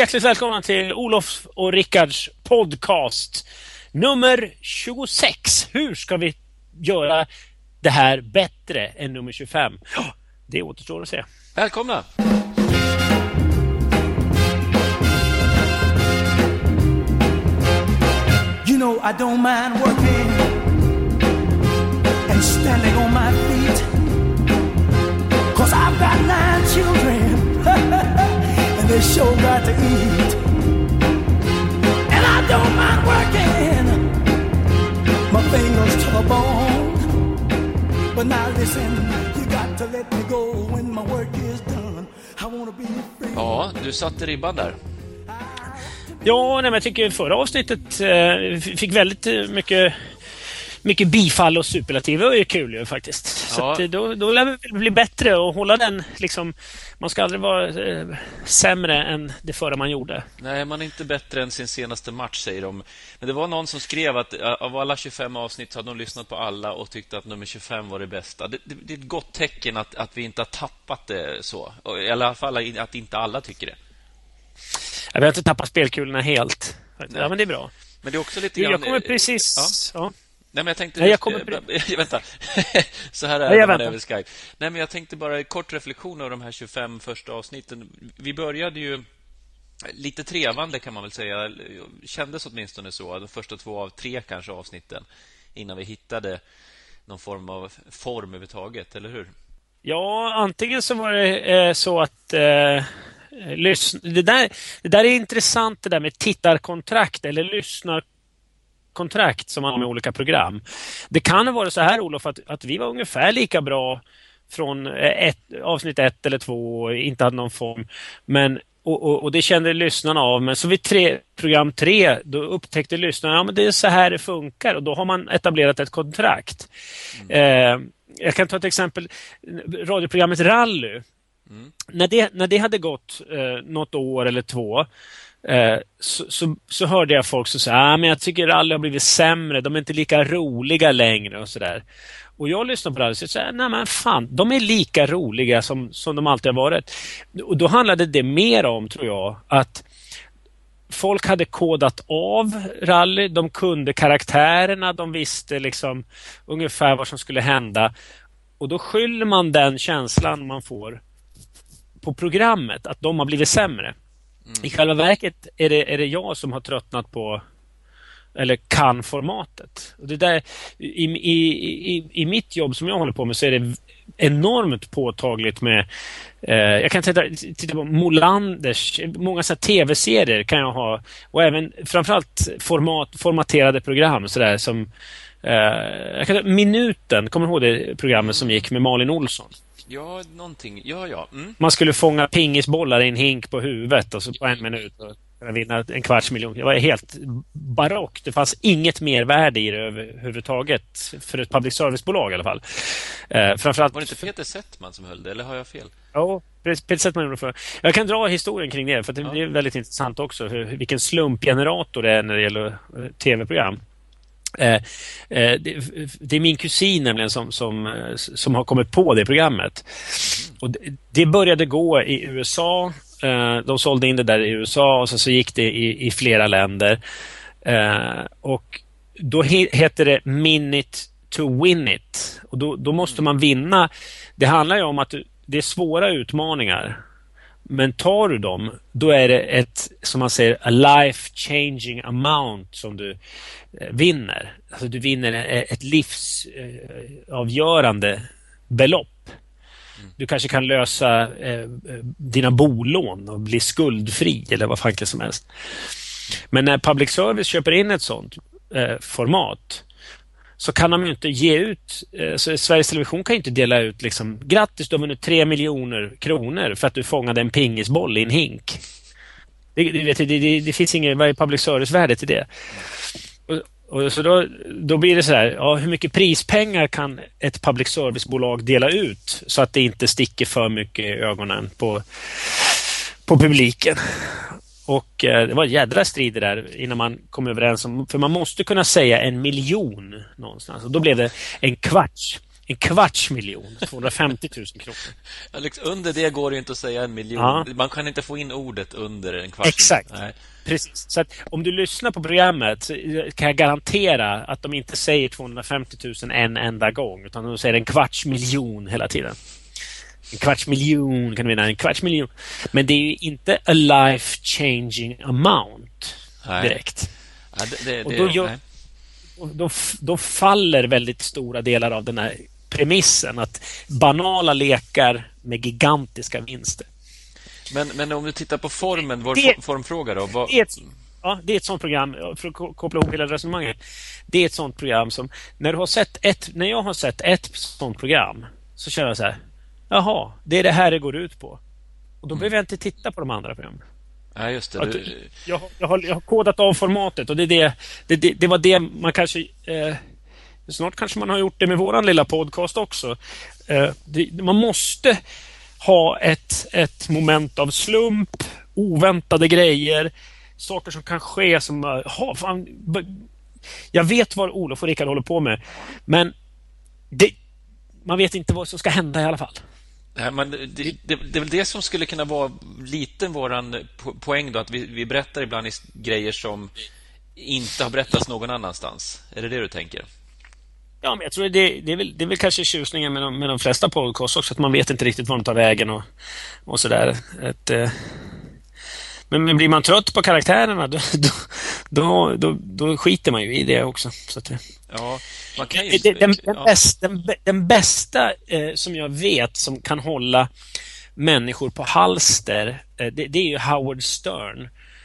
hjärtligt välkomna till Olof och Rickards podcast nummer 26. Hur ska vi göra det här bättre än nummer 25? Det återstår att se. Välkomna! You know I don't mind working and standing on my feet, 'cause I've got 9 children and they sure got to eat. And I don't mind working my fingers to the bone, but now listen, you got to let me go when my work is done. I wanna be free. Ja, du satte ribban där. Ja, nej, men jag tycker förra avsnittet fick väldigt mycket bifall och superlativer, och det är kul ju faktiskt. Så Ja. att, då lär det bli bättre och hålla den liksom. Man ska aldrig vara sämre än det förra man gjorde. Nej, man är inte bättre än sin senaste match, säger de. Men det var någon som skrev att av alla 25 avsnitt hade de lyssnat på alla och tyckte att nummer 25 var det bästa. Det är ett gott tecken att vi inte har tappat det så. I alla fall att inte alla tycker det. Vi har inte tappat spelkulorna helt. Ja, men det är bra. Men det är också lite grann... Jag kommer precis... Ja. Nej, men jag tänkte... Nej, jag kommer... Vänta. Så här är det när man är över Skype. Nej, men jag tänkte bara en kort reflektion av de här 25 första avsnitten. Vi började ju lite trevande, kan man väl säga. Kändes åtminstone så. De första 2 av 3 kanske avsnitten. Innan vi hittade någon form av form överhuvudtaget, eller hur? Ja, antingen så var det så att... Det där är intressant, det där med tittarkontrakt eller lyssnarkontrakt som man har med olika program. Det kan ha varit så här, Olof, att vi var ungefär lika bra från avsnitt 1 eller 2 och inte hade någon form. Men, och det kände lyssnarna av. Men så vid program 3 då upptäckte lyssnarna att det är så här det funkar. Och då har man etablerat ett kontrakt. Jag kan ta ett exempel. Radioprogrammet Rally. När det hade gått något år eller 2 så hörde jag folk som sa men jag tycker rally har blivit sämre, de är inte lika roliga längre och sådär. Och jag lyssnade på det och sa nej men fan, de är lika roliga som de alltid har varit. Och då handlade det mer om, tror jag, att folk hade kodat av rally, de kunde karaktärerna, de visste liksom ungefär vad som skulle hända. Och då skyller man den känslan man får på programmet, att de har blivit sämre. I själva verket är det jag som har tröttnat på eller kan formatet. Och det där, i mitt jobb som jag håller på med så är det enormt påtagligt med jag kan titta på Molanders, många så tv-serier kan jag ha, och även framförallt formaterade program så där som Minuten, kommer du ihåg det programmet som gick med Malin Olsson? Ja, någonting. Ja. Man skulle fånga pingisbollar i en hink på huvudet och så på 1 minut och vinna 250 000. Det var helt barock. Det fanns inget mer värde i det överhuvudtaget för ett public service-bolag i alla fall. Framförallt... Var det inte Peter Settman som höll det, eller har jag fel? Ja, Peter Settman gjorde för. Jag kan dra historien kring det, för det är väldigt intressant också vilken slumpgenerator det är när det gäller tv-program. Det är min kusin nämligen som har kommit på det programmet. Och det började gå i USA. De sålde in det där i USA och så gick det i flera länder. Och då heter det Minute to Win It. Och då måste man vinna. Det handlar ju om att det är svåra utmaningar. Men tar du dem, då är det ett, som man säger, a life-changing amount som du vinner. Alltså du vinner ett livsavgörande belopp. Du kanske kan lösa dina bolån och bli skuldfri eller vad fan som helst. Men när public service köper in ett sånt format så kan de ju inte ge ut, så Sveriges Television kan ju inte dela ut liksom, grattis, du har vunnit 3 miljoner kronor för att du fångade en pingisboll i en hink. Det finns ingen, vad är public service-värde till det? Och så då blir det så här, hur mycket prispengar kan ett public service-bolag dela ut så att det inte sticker för mycket i ögonen på publiken? Och det var jädra strider där innan man kom överens om, för man måste kunna säga 1 miljon någonstans. Och då blev det 1/4 250 000 kronor. Alex, under det går det inte att säga 1 miljon. Ja. Man kan inte få in ordet under en kvarts. Exakt. Nej. Precis. Så att om du lyssnar på programmet så kan jag garantera att de inte säger 250 000 en enda gång, utan de säger 250 000 hela tiden. 250 000 kan du mena, 250 000. Men det är ju inte a life-changing amount direkt. Nej. Och då faller väldigt stora delar av den här premissen att banala lekar med gigantiska vinster. Men om du tittar på formen, formfråga då? Det är ett sånt program, för att koppla ihop hela resonemanget. Det är ett sånt program som, när jag har sett ett sånt program, så känner jag så här: jaha, det är det här det går ut på. Och då behöver jag inte titta på de andra programmen. Ja, just det. Jag har kodat av formatet, och det var det man kanske... snart kanske man har gjort det med våran lilla podcast också. Man måste ha ett moment av slump, oväntade grejer, saker som kan ske som... jag vet vad Olof och Rickard håller på med, men man vet inte vad som ska hända i alla fall. Nej, men det är väl det som skulle kunna vara lite våran poäng då, att vi berättar ibland grejer som inte har berättats någon annanstans. Är det du tänker? Ja, men jag tror det är väl kanske tjusningen med de flesta podcasts också, att man vet inte riktigt var de tar vägen och sådär. Men blir man trött på karaktärerna då skiter man ju i det också. Så att, ja, man kan ju... Den bästa som jag vet som kan hålla människor på halster, det är ju Howard Stern.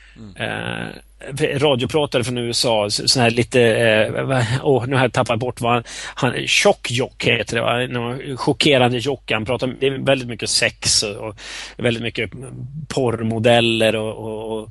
Radiopratare från USA, så här lite nu har jag tappat bort vad han tjockjock heter det, va? Chockerande jock. Han pratar, det är väldigt mycket sex och väldigt mycket porrmodeller och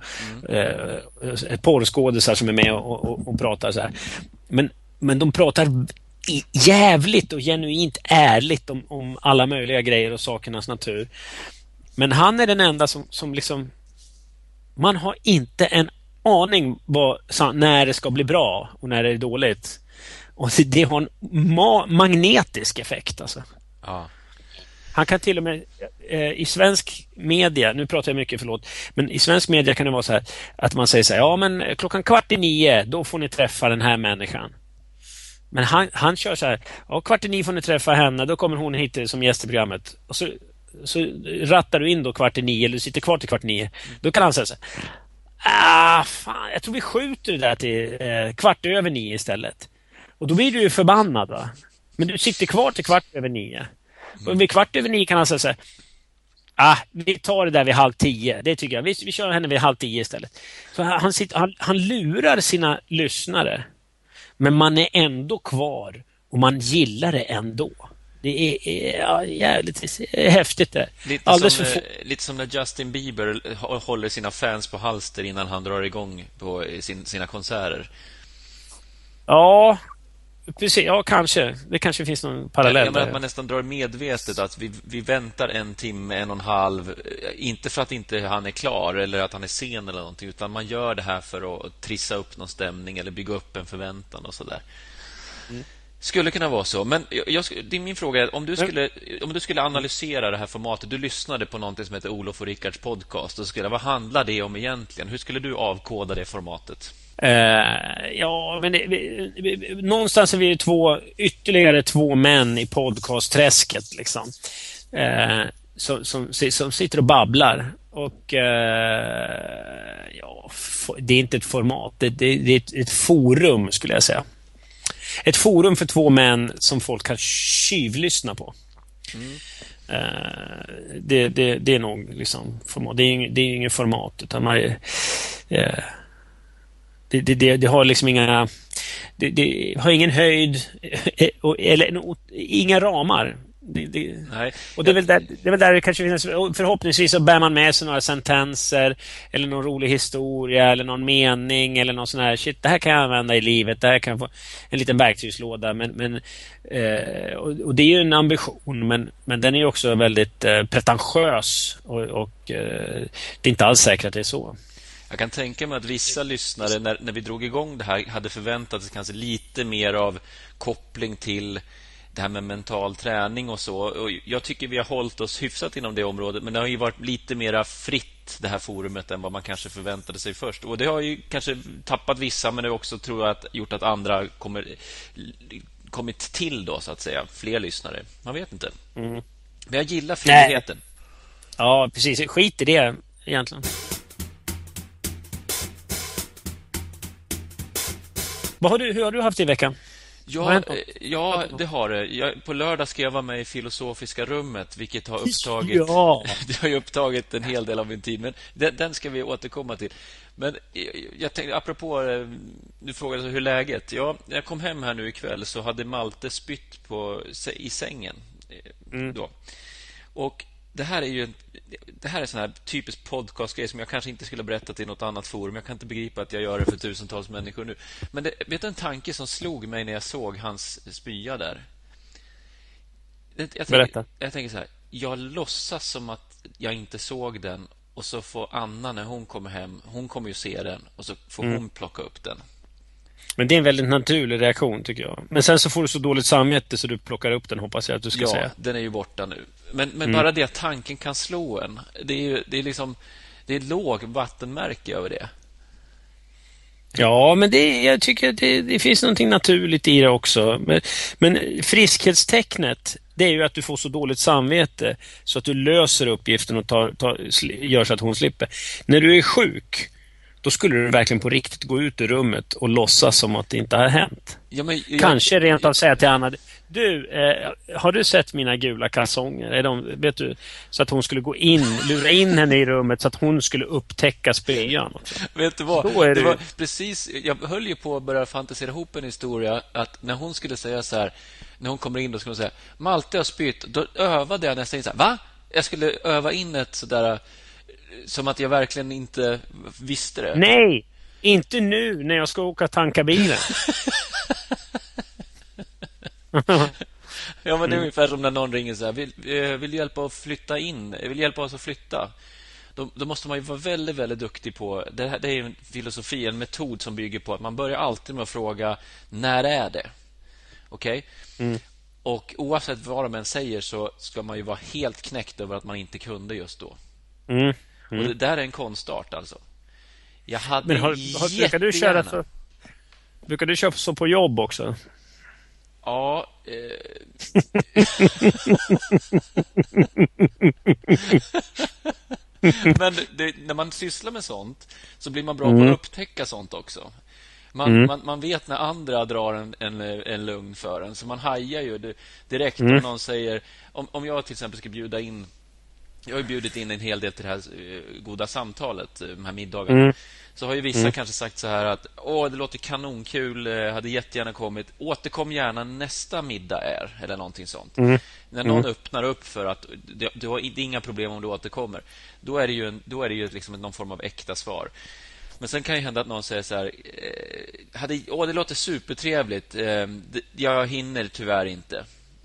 porrskådisar som är med och pratar så här. Men de pratar jävligt och genuint ärligt om alla möjliga grejer och sakernas natur. Men han är den enda som liksom, man har inte en aning när det ska bli bra och när det är dåligt. Och det har en magnetisk effekt alltså. Ja. Han kan till och med i svensk media, nu pratar jag mycket, men i svensk media kan det vara så här att man säger så här: ja, men 8:15 då får ni träffa den här människan. Men han kör så här: ja, 8:15 får ni träffa henne, då kommer hon hit som gäst i programmet. Och så rattar du in då 8:15 eller du sitter kvar till 8:15. Då kan han säga så här: fan, jag tror vi skjuter det där till 9:15 istället. Och då blir du ju förbannad, va? Men du sitter kvar till 9:15. Och vid 9:15 kan han säga så här: vi tar det där vid 9:30. Det tycker jag. Vi kör henne vid 9:30 istället. Så han lurar sina lyssnare. Men man är ändå kvar och man gillar det ändå. Det är jävligt häftigt det. Lite som när Justin Bieber håller sina fans på halster innan han drar igång på sina konserter. Ja, precis. Ja, kanske. Det kanske finns någon parallell. Att man nästan drar medvetet att vi väntar 1 timme, 1,5. Inte för att inte han är klar eller att han är sen eller någonting, utan man gör det här för att trissa upp någon stämning eller bygga upp en förväntan och sådär. Skulle kunna vara så. Men min fråga är, om du skulle analysera det här formatet, du lyssnade på någonting som heter Olof och Rickards podcast, och vad handlar det om egentligen? Hur skulle du avkoda det formatet? Ja, men någonstans är vi ytterligare två män i podcastträsket liksom, som sitter och babblar. Och det är inte ett format, det är ett forum, skulle jag säga. Ett forum för 2 män som folk kan tjuvlyssna på. Det är nog liksom format. Det är inget format, utan det har liksom det har ingen höjd eller inga ramar. Nej. Och det är väl där det kanske finns, förhoppningsvis så bär man med sig några sentenser eller någon rolig historia eller någon mening eller någon sån här shit, det här kan jag använda i livet, det här kan jag få en liten verktygslåda, och det är ju en ambition, men den är ju också väldigt pretentiös och det är inte alls säkert att det är så. Jag kan tänka mig att vissa lyssnare när vi drog igång det här hade förväntat sig kanske lite mer av koppling till det här med mental träning och så. Och jag tycker vi har hållit oss hyfsat inom det området, men det har ju varit lite mera fritt, det här forumet, än vad man kanske förväntade sig först. Och det har ju kanske tappat vissa, men det har också, tror jag, gjort att andra kommit till då, så att säga. Fler lyssnare. Man vet inte. Men jag gillar friheten. Ja, precis. Skit i det egentligen. Hur har du haft i veckan? Ja, det har det. På lördag ska jag vara med i Filosofiska rummet, vilket har upptagit det har ju upptagit en hel del av min tid, men den ska vi återkomma till. Men jag tänkte, apropå, du frågade hur läget. Ja, när jag kom hem här nu ikväll så hade Malte spytt i sängen då. Och det här är sån här typisk podcastgrej som jag kanske inte skulle berätta till något annat forum. Jag kan inte begripa att jag gör det för tusentals människor nu. Men vet du en tanke som slog mig när jag såg hans spya där? Jag tänker så här, jag låtsas som att jag inte såg den, och så får Anna, när hon kommer hem, hon kommer ju se den, och så får hon plocka upp den. Men det är en väldigt naturlig reaktion, tycker jag. Men sen så får du så dåligt samvete så du plockar upp den, hoppas jag att du ska säga. Ja, den är ju borta nu. Men bara det att tanken kan slå en, det är liksom, det är låg vattenmärke över det. Ja, men jag tycker att det finns någonting naturligt i det också. Men friskhetstecknet, det är ju att du får så dåligt samvete så att du löser uppgiften och gör så att hon slipper. När du är sjuk, då skulle du verkligen på riktigt gå ut ur rummet och låtsas som att det inte har hänt. Ja, kanske rent av säga till Anna: du, har du sett mina gula kalsonger? Vet du, så att hon skulle gå in, lura in henne i rummet så att hon skulle upptäcka spyan. Vet du vad? Det var precis, jag höll ju på att börja fantisera ihop en historia att när hon skulle säga så här, när hon kommer in, då skulle hon säga: Malte har spytt. Då övade jag nästan så här: va? Jag skulle öva in ett sådär, som att jag verkligen inte visste det. Nej, inte nu när jag ska åka tanka bilen. Ja, men det är ungefär som när någon ringer så här: vill du hjälpa att flytta in? Vill hjälpa oss att flytta? Då måste man ju vara väldigt, väldigt duktig på det. Det är en filosofi, en metod som bygger på att man börjar alltid med att fråga: när är det? Okej? Och oavsett vad de än säger så ska man ju vara helt knäckt över att man inte kunde just då. Och det där är en konstart, alltså. Jag hade brukar du köra så på jobb också? Ja. Men när man sysslar med sånt så blir man bra på att upptäcka sånt också. Man vet när andra drar en lugn för en, så man hajar ju direkt om någon säger, om jag till exempel ska bjuda in. Jag har ju bjudit in en hel del till det här goda samtalet, de här middagarna. Så har ju vissa kanske sagt så här att: det låter kanonkul, hade jättegärna kommit. Återkom gärna nästa middag eller någonting sånt. När någon öppnar upp för att det är inga problem om du återkommer, då är det ju liksom någon form av äkta svar. Men sen kan ju hända att någon säger så här: det låter supertrevligt, jag hinner tyvärr inte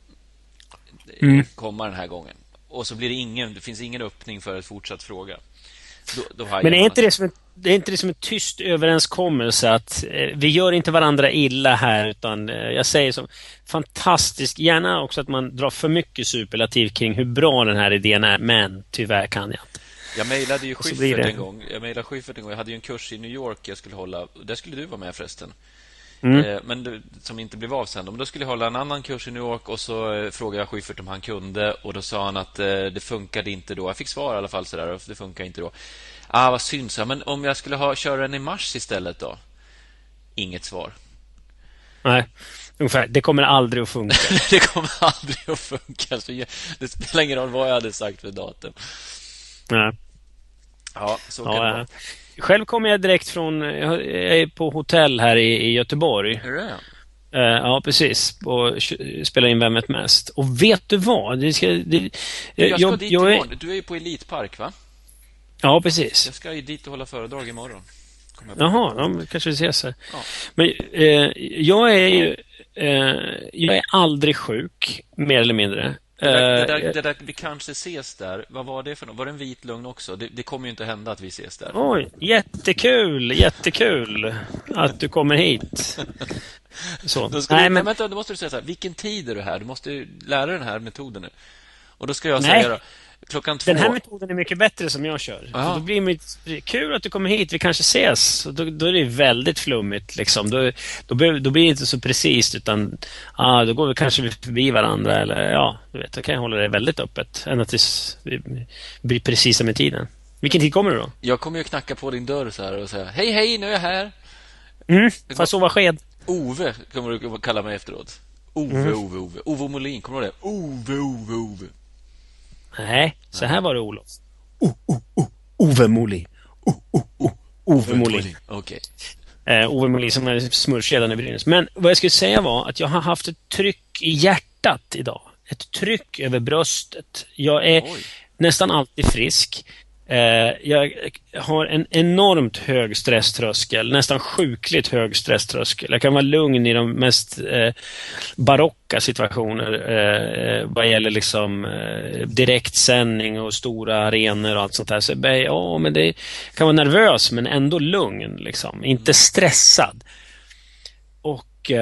komma den här gången. Och så blir det finns ingen öppning för ett fortsatt fråga. Men är inte det som en tyst överenskommelse att vi gör inte varandra illa här, utan jag säger som fantastiskt, gärna också att man drar för mycket superlativ kring hur bra den här idén är, men tyvärr kan jag inte. Jag mejlade ju Schyffert en gång. Jag hade ju en kurs i New York jag skulle hålla. Där skulle du vara med förresten. Men som inte blev av sen. Då skulle jag hålla en annan kurs i New York, och så frågade jag Schyffert om han kunde, och då sa han att det funkade inte då. Jag fick svar i alla fall sådär, och det funkar inte då. Vad synd, så. Men om jag skulle köra den i mars istället då? Inget svar. Nej, ungefär. Det kommer aldrig att funka. Det kommer aldrig att funka. Så det spelar ingen roll vad jag hade sagt för datum. Nej. Ja, så kan det vara. Själv kommer jag direkt från, jag är på hotell här i Göteborg. Är det? Ja, precis. Och spelar in Vem vet mest. Och vet du vad? Jag ska dit imorgon. Du är ju på Elitpark, va? Ja, precis. Jag ska ju dit och hålla föredrag imorgon. Jaha, kanske vi ses här. Ja. Men jag är aldrig sjuk, mer eller mindre. Det där vi kanske ses där. Vad var det för något? Var det en vit lögn också? Det kommer ju inte hända att vi ses där. Oj, jättekul att du kommer hit. Så. Vänta, då måste du säga så här, vilken tid är du här? Du måste lära dig den här metoden nu. Och då ska jag säga då, klockan 2. Den här metoden är mycket bättre som jag kör. Då blir det kul att du kommer hit, vi kanske ses. Då är det väldigt flummigt liksom. Då blir det inte så precis, utan då går vi kanske förbi varandra, eller du vet, då kan jag hålla det väldigt öppet ända tills vi blir precisa med tiden. Vilken tid kommer du då? Jag kommer ju knacka på din dörr så här och säga hej, nu är jag här. Får jag sova sked? Ove kommer du kalla mig efteråt. Ove Molin, kommer du ihåg det? Ove. Nej, så här var det, Olof. Ove Molin. Ove Molin. Okej. Ove Molin som är smörkedjan i Brynäs. Men vad jag skulle säga var att jag har haft ett tryck i hjärtat idag. Ett tryck över bröstet. Jag är nästan alltid frisk. Jag har en enormt hög stresströskel, nästan sjukligt hög stresströskel. Jag kan vara lugn i de mest barocka situationer vad gäller liksom direktsändning och stora arenor och allt sånt där. Så men det kan vara nervös men ändå lugn liksom, inte stressad. Och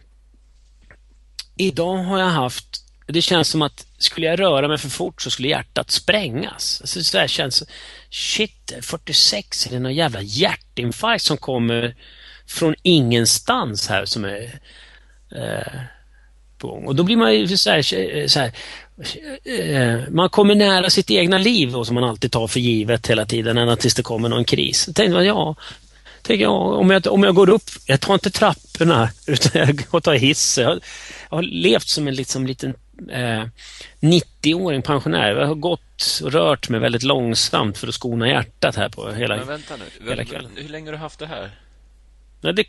idag har jag haft, det känns som att skulle jag röra mig för fort så skulle hjärtat sprängas. Alltså så där känns, shit, 46, är det någon jävla hjärtinfarkt som kommer från ingenstans här som är på gång. Och då blir man ju så här man kommer nära sitt egna liv då, som man alltid tar för givet hela tiden ända tills det kommer någon kris. Jag tänkte om jag går upp, jag tar inte trapporna utan jag går och tar hissen. Jag har levt som en liten 90-åring pensionär. Jag har gått och rört mig väldigt långsamt för att skona hjärtat här på hela kvällen. Men vänta nu, hur länge har du haft det här? Det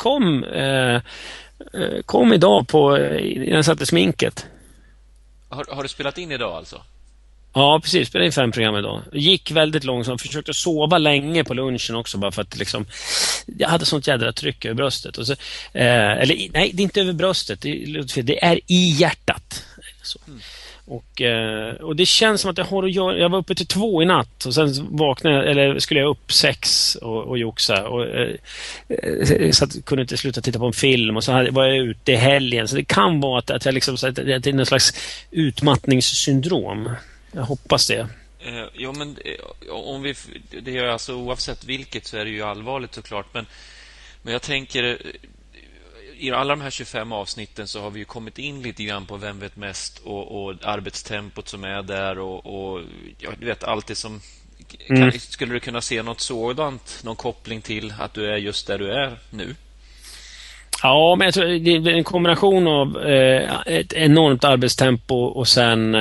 kom idag när jag satte sminket. Har du spelat in idag alltså? Ja, precis. Spelade in 5 program idag. Gick väldigt långsamt. Försökte sova länge på lunchen också. Bara för att liksom, jag hade sånt jädra tryck över bröstet. Och så, nej, det är inte över bröstet. Det är i hjärtat. Så. Och det känns som att jag har att göra. Jag var uppe till 2 i natt. Och sen skulle jag upp 6 och joxa. Och så att kunde inte sluta titta på en film. Och så var jag ute i helgen. Så det kan vara att jag liksom, att det är någon slags utmattningssyndrom. Jag hoppas det. Ja, men det är alltså oavsett vilket så är det ju allvarligt såklart. Men jag tänker, i alla de här 25 avsnitten så har vi ju kommit in lite grann på Vem vet mest och arbetstempot som är där och du vet allt det som skulle du kunna se något sådant, någon koppling till att du är just där du är nu? Ja, men jag tror det är en kombination av ett enormt arbetstempo och sen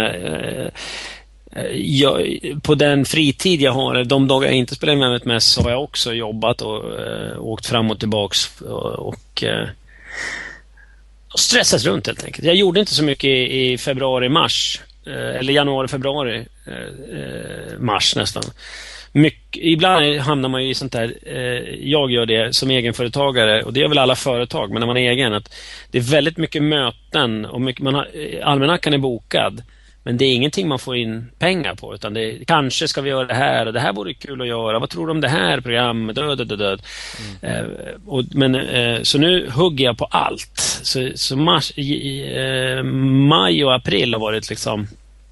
på den fritid jag har, de dagar jag inte spelar med mest, så har jag också jobbat och åkt fram och tillbaks och stressats runt helt enkelt. Jag gjorde inte så mycket i februari-mars eller januari-februari mars nästan. Ibland hamnar man ju i sånt där, jag gör det som egenföretagare och det gör väl alla företag, men när man är egen, att det är väldigt mycket möten och almanackan är bokad. Men det är ingenting man får in pengar på, utan det kanske ska vi göra det här och det här vore kul att göra. Vad tror du om det här programmet? Så nu hugger jag på allt. Så maj och april har varit liksom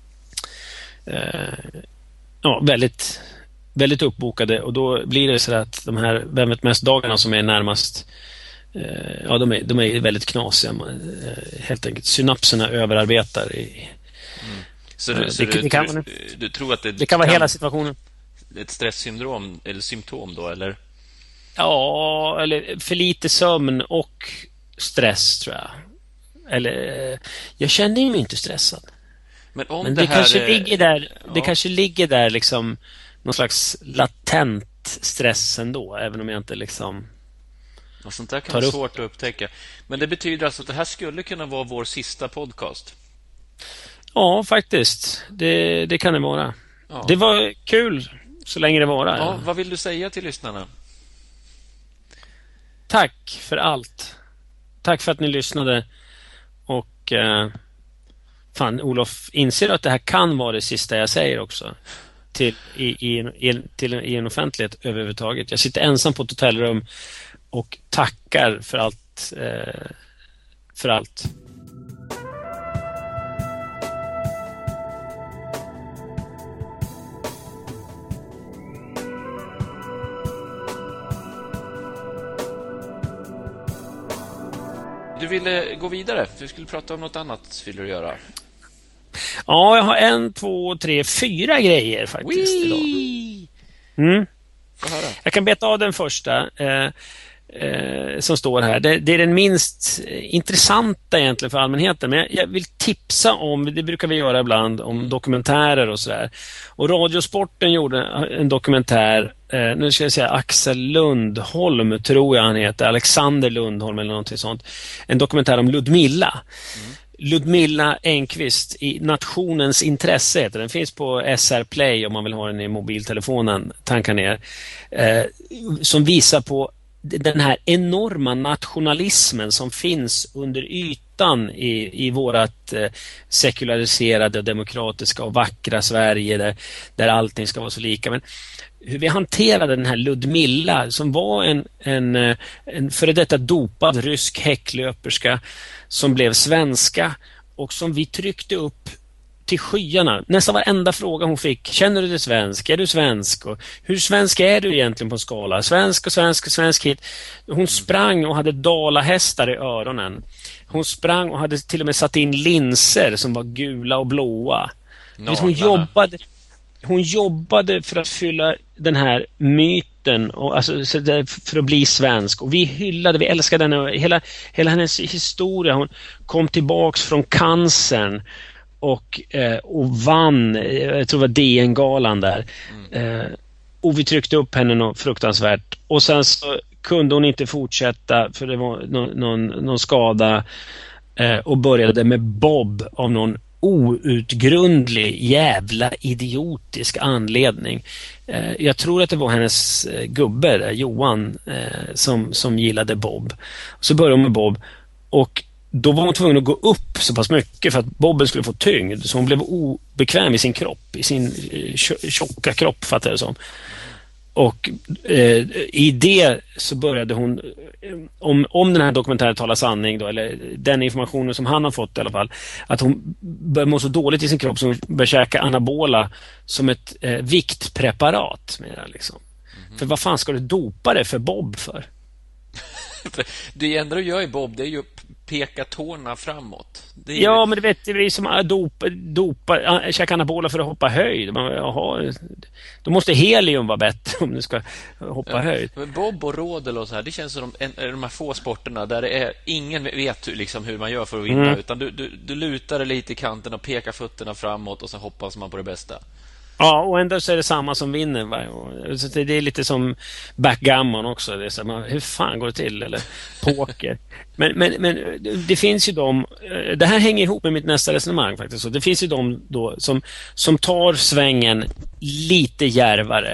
väldigt, väldigt uppbokade. Och då blir det så att de här Vem vet mest dagarna som är närmast, de är väldigt knasiga. Helt enkelt synapserna överarbetar i. Så du tror att det kan vara hela situationen. Ett stresssyndrom eller symptom då, eller? Ja, eller för lite sömn och stress tror jag. Eller jag kände mig inte stressad. Men det kanske ligger där, det kanske ligger där liksom någon slags latent stress ändå, även om jag inte liksom. Och sånt där kan vara svårt att upptäcka. Men det betyder alltså att det här skulle kunna vara vår sista podcast. Ja, faktiskt. Det kan det vara. Ja. Det var kul så länge det var. Ja, vad vill du säga till lyssnarna? Tack för allt. Tack för att ni lyssnade. Och Olof, inser att det här kan vara det sista jag säger också. I en offentlighet överhuvudtaget. Jag sitter ensam på ett hotellrum och tackar för allt för allt. Du ville gå vidare. Du skulle prata om något annat, vill du göra? Ja, jag har 1, 2, 3, 4 grejer faktiskt idag. Jag kan beta av den första som står här. Det är den minst intressanta egentligen för allmänheten, men jag vill tipsa om, det brukar vi göra ibland, om dokumentärer och sådär. Och Radiosporten gjorde en dokumentär, nu ska jag säga Axel Lundholm tror jag han heter, Alexander Lundholm eller någonting sånt. En dokumentär om Ludmilla. Ludmilla Engqvist i Nationens intresse heter den. Finns på SR Play om man vill ha den i mobiltelefonen, tankar ner. Som visar på den här enorma nationalismen som finns under ytan i vårat sekulariserade och demokratiska och vackra Sverige där allting ska vara så lika. Men hur vi hanterade den här Ludmilla som var en före detta dopad rysk häcklöperska som blev svenska och som vi tryckte upp till skyarna. Nästan varenda fråga hon fick. Känner du dig svensk? Är du svensk? Och hur svensk är du egentligen på en skala? Svensk hit. Hon sprang och hade dalahästar i öronen. Hon sprang och hade till och med satt in linser som var gula och blåa. Hon jobbade för att fylla den här myten och alltså för att bli svensk, och vi älskade henne, hela hennes historia. Hon kom tillbaks från cancern och vann, jag tror det var DN-galan där. Och vi tryckte upp henne något fruktansvärt, och sen så kunde hon inte fortsätta för det var någon skada, och började med bob av någon outgrundlig jävla idiotisk anledning. Jag tror att det var hennes gubbe Johan som gillade bob. Så började hon med bob, och då var hon tvungen att gå upp så pass mycket för att bobben skulle få tyngd, så hon blev obekväm i sin kropp, i sin tjocka kropp, fattar jag det som. Och i det så började hon, om den här dokumentären talar sanning då, eller den informationen som han har fått i alla fall, att hon började må så dåligt i sin kropp så hon började käka anabola som ett viktpreparat med liksom. För vad fan ska du dopa det för bob för? Det enda du gör i bob, det är ju peka tårna framåt. Ja, men du vet, det är som käka anabola för att hoppa höjd. Då måste helium vara bättre om du ska hoppa höjd. Men bob och rodel och så här, det känns som de här få sporterna där det är ingen vet liksom hur man gör för att vinna, utan du lutar dig lite i kanten och pekar fötterna framåt och så hoppas man på det bästa. Ja, och ändå så är det samma som vinner. Så det är lite som backgammon också. Det är så här, hur fan går det till? Eller poker. Men det finns ju det här hänger ihop med mitt nästa resonemang faktiskt. Så det finns ju de då som tar svängen lite järvare.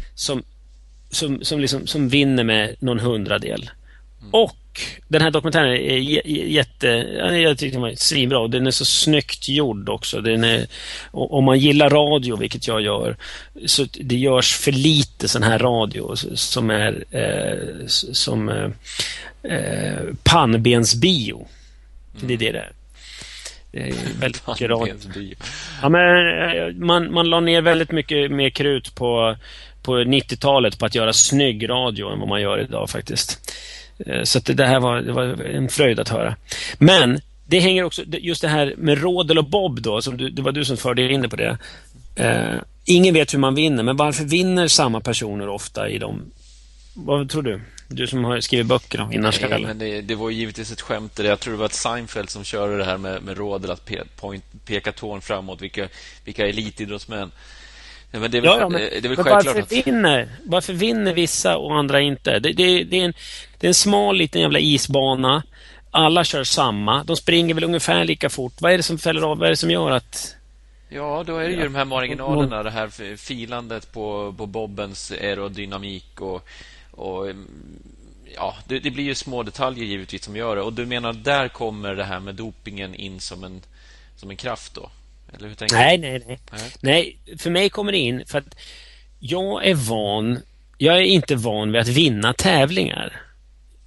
Som vinner med någon hundradel. Och den här dokumentären är jag tycker den var svinbra. Den är så snyggt gjord också. Om man gillar radio, vilket jag gör, så det görs för lite sån här radio som är som pannbensbio. Det är det där. Det är väldigt mycket radio. Ja, men man la ner väldigt mycket mer krut på 90-talet på att göra snygg radio än vad man gör idag faktiskt. Så att det var en fröjd att höra. Men det hänger också, just det här med rodel och bob då, som det var du som förde in på det. Ingen vet hur man vinner, men varför vinner samma personer ofta i dem? Vad tror du? Du som har skrivit böcker om vinnarskalle. Men det var givetvis ett skämt där. Jag tror det var ett Seinfeld som körde det här med rodel, att peka tån framåt, vilka elitidrottsmän. Ja, men det är väl självklart varför vinner vissa och andra inte? Det är en smal liten jävla isbana. Alla kör samma. De springer väl ungefär lika fort. Vad är det som fäller av? Vad är det som gör att... Ja, då är det ju de här marginalerna, det här filandet på bobbens aerodynamik och ja, det blir ju små detaljer givetvis som gör det. Och du menar, där kommer det här med dopingen in som en kraft då? Eller hur tänker du? Nej, för mig kommer det in för att jag är inte van vid att vinna tävlingar.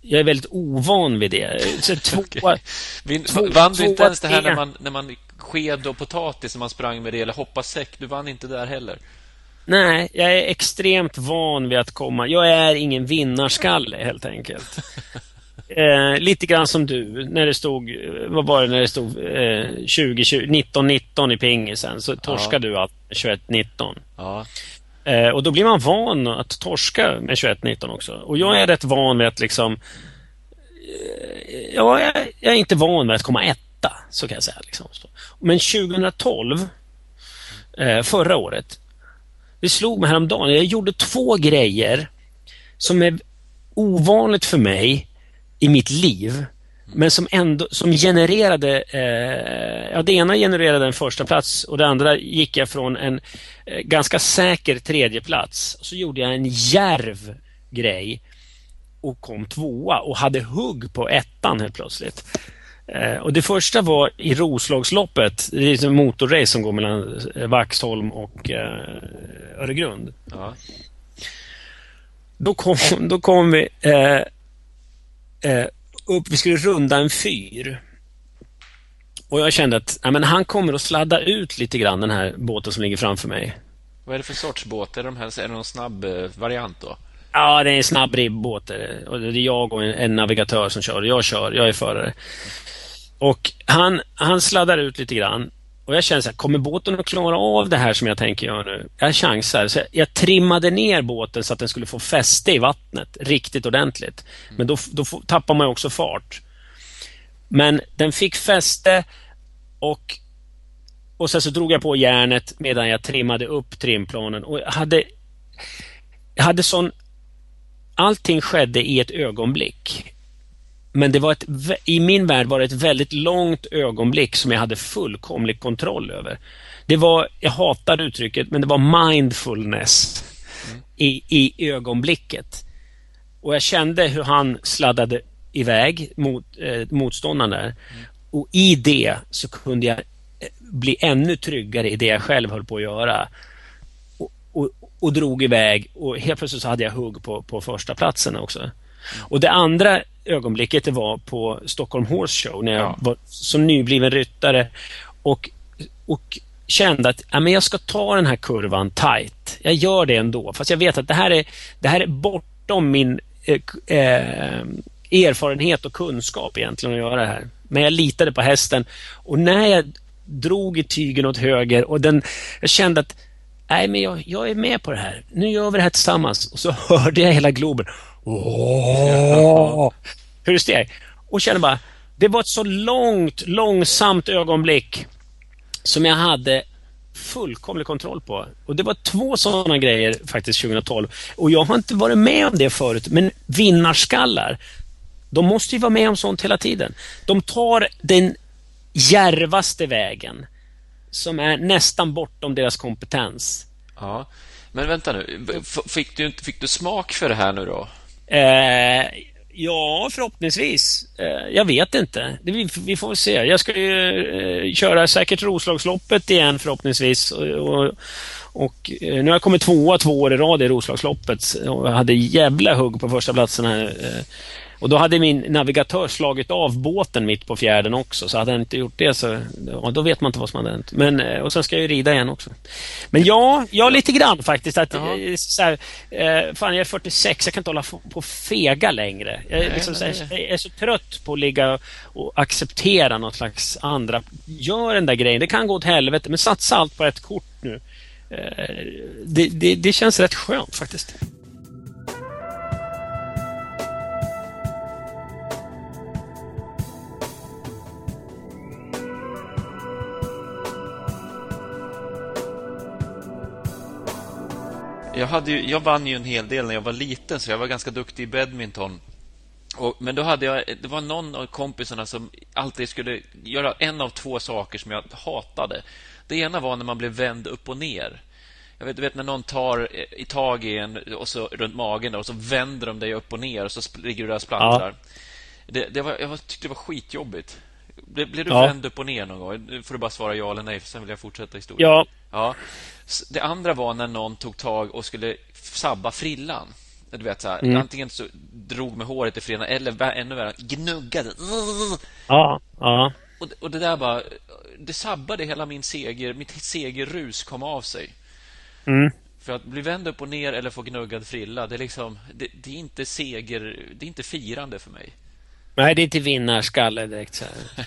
jag är väldigt ovan vid det. Så okay. Vann du inte ens det här när man sked och potatis när man sprang med det, eller hoppa säck? Du vann inte där heller. Nej, jag är extremt van vid att komma. Jag är ingen vinnarskalle helt enkelt. Lite grann som du när det stod, vad var det när det stod 19-19 i pingisen, så torskade du att 21-19. Ja. Och då blir man van att torska med 21-19 också. Och jag är rätt van vid att liksom jag är inte van vid att komma etta, så kan jag säga liksom. Men 2012 förra året, det slog mig häromdagen. Jag gjorde 2 grejer som är ovanligt för mig i mitt liv, men som genererade det ena genererade en första plats och det andra gick jag från en ganska säker 3:e plats, och så gjorde jag en djärv grej och kom 2:a och hade hugg på 1:an helt plötsligt. Och det första var i Roslagsloppet. Det är en motorrace som går mellan Vaxholm och Öregrund. Ja. Då kom vi upp, vi skulle runda en fyr. Och jag kände att han kommer att sladda ut lite grann, den här båten som ligger framför mig. Vad är det för sorts båt? Är det någon snabb variant då? Ja, det är en snabb ribbåt. Och det är jag och en navigatör som kör. Jag är förare. Och han sladdar ut lite grann. Och jag känner så här, kommer båten att klara av det här som jag tänker göra nu? Jag chansar. Så jag trimmade ner båten så att den skulle få fäste i vattnet riktigt ordentligt. Men då tappar man ju också fart. Men den fick fäste och sen så drog jag på järnet medan jag trimmade upp trimplanen. Och jag hade sån... Allting skedde i ett ögonblick. Men det var i min värld var det ett väldigt långt ögonblick som jag hade fullkomlig kontroll över. Jag hatar uttrycket, men det var mindfulness i ögonblicket. Och jag kände hur han sladdade iväg mot motståndaren där. Och i det så kunde jag bli ännu tryggare i det jag själv höll på att göra. Och drog iväg, och helt plötsligt så hade jag hugg på första platsen också. Och det andra ögonblicket, det var på Stockholm Horse Show när jag var som nybliven ryttare och kände att jag ska ta den här kurvan tight. Jag gör det ändå, fast jag vet att det här är bortom min erfarenhet och kunskap egentligen att göra det här. Men jag litade på hästen, och när jag drog i tygen åt höger och jag kände att jag är med på det här. Nu gör vi det här tillsammans. Och så hörde jag hela Globen. Hur det steg. Och kände bara, det var ett så långsamt ögonblick som jag hade fullkomlig kontroll på. Och det var 2 sådana grejer faktiskt 2012. Och jag har inte varit med om det förut. Men vinnarskallar, de måste ju vara med om sånt hela tiden. De tar den djärvaste vägen som är nästan bortom deras kompetens. Ja, men vänta nu. Fick du smak för det här nu då? Ja, förhoppningsvis. Jag vet inte. Vi får se. Jag ska ju köra säkert Roslagsloppet igen förhoppningsvis. Och nu har jag kommit 2 år i rad i Roslagsloppet och hade jävla hugg på första platsen här. Och då hade min navigatör slagit av båten mitt på fjärden också. Så hade han inte gjort det så då vet man inte vad som hade hänt. Men, och sen ska jag ju rida igen också. Men jag lite grann faktiskt. Att, så här, fan, jag är 46, jag kan inte hålla på fega längre. Jag är så trött på att ligga och acceptera något slags andra. Gör den där grejen, det kan gå åt helvete. Men satsa allt på ett kort nu. Det känns rätt skönt faktiskt. Jag vann ju en hel del när jag var liten, så jag var ganska duktig i badminton. Men då det var någon av kompisarna som alltid skulle göra en av 2 saker som jag hatade. Det ena var när man blev vänd upp och ner. Du vet när någon tar i tag i en och så runt magen och så vänder de dig upp och ner och så ligger du där och splattrar. Ja. Jag tyckte det var skitjobbigt. Blev du vänd upp och ner någon gång? Nu får du bara svara ja eller nej, för sen vill jag fortsätta historien. Ja. Det andra var när någon tog tag och skulle sabba frillan. Du vet så här, antingen så drog med håret i fredagen, eller ännu värre, gnuggade. Ja. Och det där bara, det sabbade hela mitt segerrus kom av sig. För att bli vänd upp och ner eller få gnuggad frilla, det är liksom, det är inte seger, det är inte firande för mig. Nej, det är inte vinnarskalle direkt så här.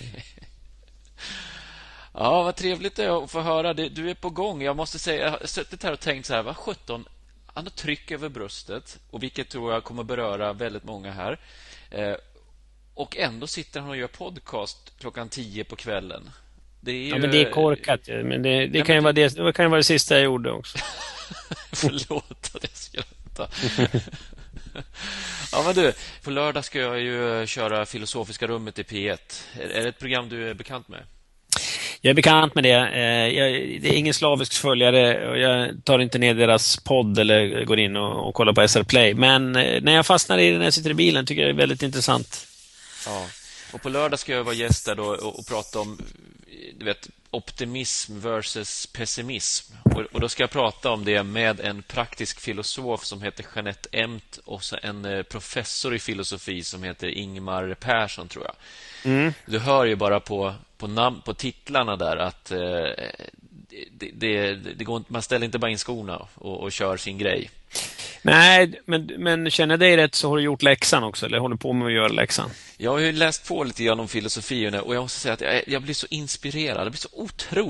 Ja, vad trevligt det är att få höra. Du är på gång. Jag måste säga, jag har suttit här och tänkt så här, vad 17, han har tryck över bröstet, och vilket tror jag kommer beröra väldigt många här. Och ändå sitter han och gör podcast 10:00 på kvällen. Det är ju... Ja, men det är korkat. Men det kan ju vara det sista jag gjorde också. Förlåt att jag skrattar. Ja, men du, på lördag ska jag ju köra Filosofiska rummet i P1. Är det ett program du är bekant med? Jag är bekant med det. Det är ingen slavisk följare, och jag tar inte ner deras podd eller går in och kollar på SR Play. Men när jag fastnar i den när jag sitter i bilen tycker jag det är väldigt intressant. Ja, och på lördag ska jag vara gäst där då och prata om, du vet, optimism versus pessimism. Och då ska jag prata om det med en praktisk filosof som heter Jeanette Emt och så en professor i filosofi som heter Ingmar Persson, tror jag. Du hör ju bara på titlarna där att det går inte, man ställer inte bara in skorna och kör sin grej. Nej, men känner dig rätt så har du gjort läxan också, eller håller på med att göra läxan? Jag har ju läst på lite grann om filosofi och jag måste säga att jag blir så inspirerad. Jag blir så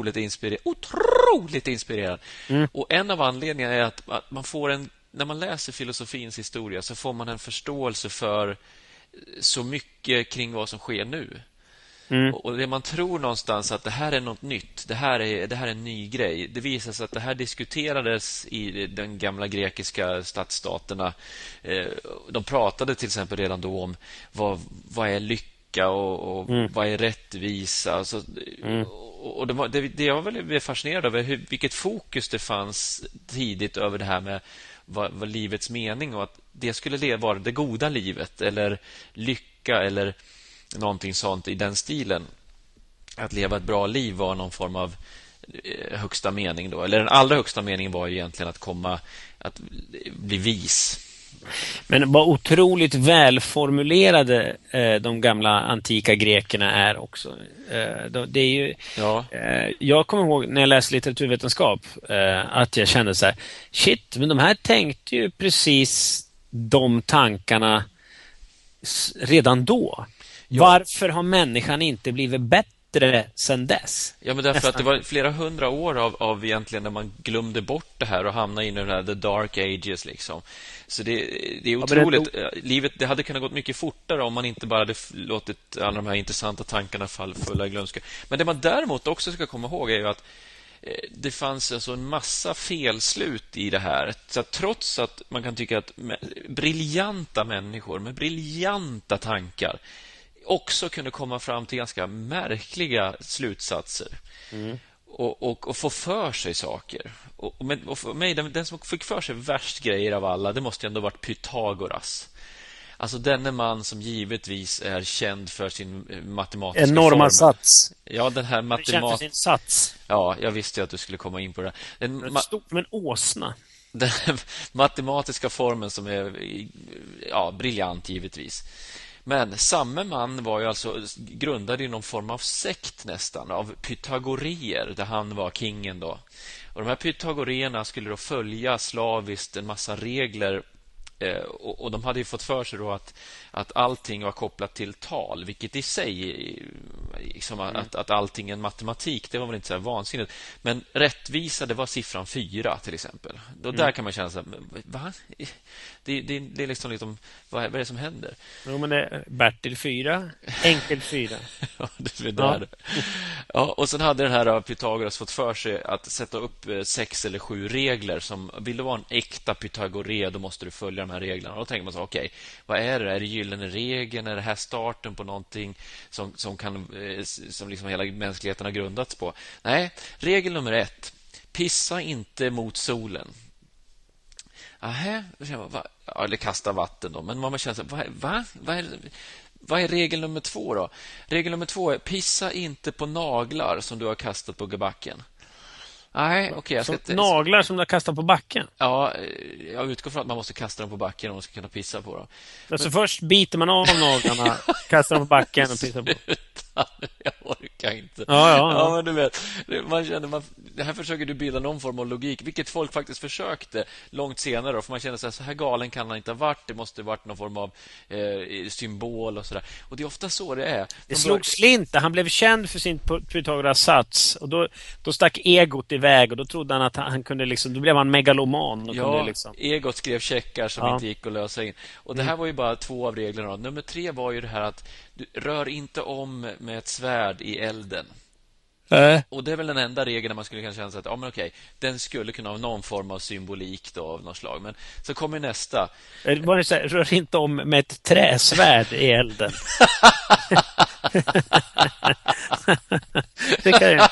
otroligt inspirerad. Och en av anledningarna är att man får när man läser filosofins historia så får man en förståelse för så mycket kring vad som sker nu. Och det man tror någonstans att det här är något nytt, det här är en ny grej. Det visar sig att det här diskuterades i den gamla grekiska stadsstaterna. De pratade till exempel redan då om vad är lycka och vad är rättvisa. Alltså, och det jag var väldigt fascinerad över vilket fokus det fanns tidigt över det här med vad livets mening, och att det skulle vara det goda livet eller lycka eller någonting sånt i den stilen. Att leva ett bra liv var någon form av högsta mening då. Eller den allra högsta meningen var ju egentligen att bli vis. Men vad otroligt välformulerade de gamla antika grekerna är också. Det är ju, jag kommer ihåg när jag läste litteraturvetenskap att jag kände så här, shit, men de här tänkte ju precis de tankarna redan då. Ja. Varför har människan inte blivit bättre sedan dess? Ja, men därför att det var flera hundra år av egentligen när man glömde bort det här och hamnade in i den här The Dark Ages liksom. Så det är otroligt. Livet, det hade kunnat gått mycket fortare om man inte bara hade låtit alla de här intressanta tankarna fulla i glömska. Men det man däremot också ska komma ihåg är ju att det fanns alltså en massa felslut i det här. Så att trots att man kan tycka att briljanta människor med briljanta tankar också kunde komma fram till ganska märkliga slutsatser och få för sig saker. Och för mig, den som fick för sig värst grejer av alla, det måste ändå varit Pythagoras. Alltså denne man som givetvis är känd för sin matematiska enorma form. Sats. Ja, den här känd för sin sats. Ja, jag visste ju att du skulle komma in på det. Stort som en åsna. Den matematiska formen som är briljant givetvis. Men samme man var ju alltså grundad i någon form av sekt nästan av pythagoreer, där han var kingen då. Och de här pythagoreerna skulle då följa slaviskt en massa regler, och de hade ju fått för sig då att allting var kopplat till tal, vilket i sig liksom att allting är en matematik, det var väl inte så här vansinnigt. Men rättvisa, det var siffran 4 till exempel. Då där kan man känna så här, va? Det är liksom vad är det som händer? Jo, men det är Bertil 4, enkel 4. Ja, det är där. Ja, och sen hade den här Pythagoras fått för sig att sätta upp 6 eller 7 regler som, vill du vara en äkta pythagore, då måste du följa de här reglerna. Och då tänker man så, okej, vad är det? Är det gyllene regeln? Är det här starten på någonting som liksom hela mänskligheten har grundats på? Nej, regel nummer 1. Pissa inte mot solen. Eller kasta vatten då. Men man känner så här, vad är regel nummer 2 då? Regel nummer 2 är pissa inte på naglar som du har kastat på backen. Nej, okej. Naglar som du kastar på backen. Ja, jag utgår från att man måste kasta dem på backen om man ska kunna pissa på dem. Alltså först biter man av naglarna, kastar dem på backen och pissar på. Jag orkar inte. Ja, men du vet, man känner, det här försöker du bilda någon form av logik, vilket folk faktiskt försökte långt senare då, för man känner så här galen kan han inte ha varit, det måste ha varit någon form av symbol och sådär. Och det är ofta så det är. Det slog slint, han blev känd för sin Pythagoras-sats och då stack egot iväg och då trodde han att han kunde liksom, då blev han megaloman och kunde liksom. Egot skrev checkar som inte gick att lösa in. Och det här var ju bara 2 av reglerna. Nummer 3 var ju det här att du rör inte om med ett svärd i elden. Och det är väl den enda regeln man skulle kunna känna sig att men okej, den skulle kunna ha någon form av symbolik då, av något slag. Men så kommer nästa. Var det så här, rör inte om med ett träsvärd i elden. Det kan jag.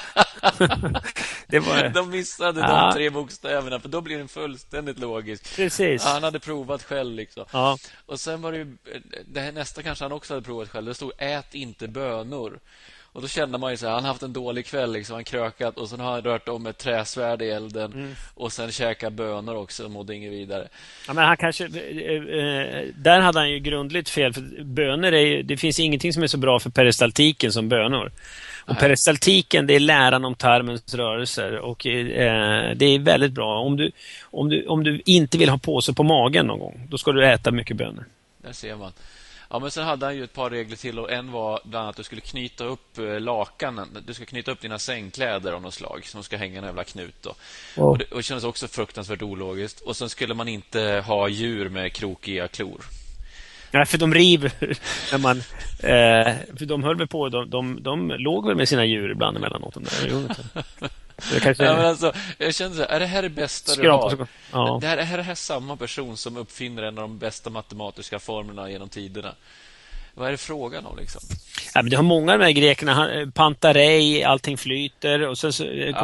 De missade de 3 bokstäverna, för då blir den fullständigt logisk. Precis. Han hade provat själv liksom. Ja. Och sen var det ju det här nästa kanske han också hade provat själv. Det stod ät inte bönor. Och då kände man ju så här, han har haft en dålig kväll liksom, han krökat och sen har han rört om ett träsvärd i elden och sen käkat bönor också och mådde inget vidare. Ja, men han kanske där hade han ju grundligt fel, för bönor det finns ingenting som är så bra för peristaltiken som bönor. Och peristaltiken, det är läran om tarmens rörelser och det är väldigt bra. Om du inte vill ha påse på magen någon gång, då ska du äta mycket bönor. Där ser man. Ja, men sen hade han ju ett par regler till, och en var bland annat att du skulle knyta upp lakanen. Du ska knyta upp dina sängkläder av något slag som ska hänga en jävla knut då. Wow. Och det kändes också fruktansvärt ologiskt. Och sen skulle man inte ha djur med krokiga klor. Nej, för de river när man för de höll väl på, de låg väl med sina djur ibland emellanåt. Men alltså, jag kände så här, är det här det bästa du har? Ja. Det här är samma person som uppfinner en av de bästa matematiska formlerna genom tiderna. Vad är det frågan om liksom? Ja, men det har många av de här grekerna, Pantarei, allting flyter och sen så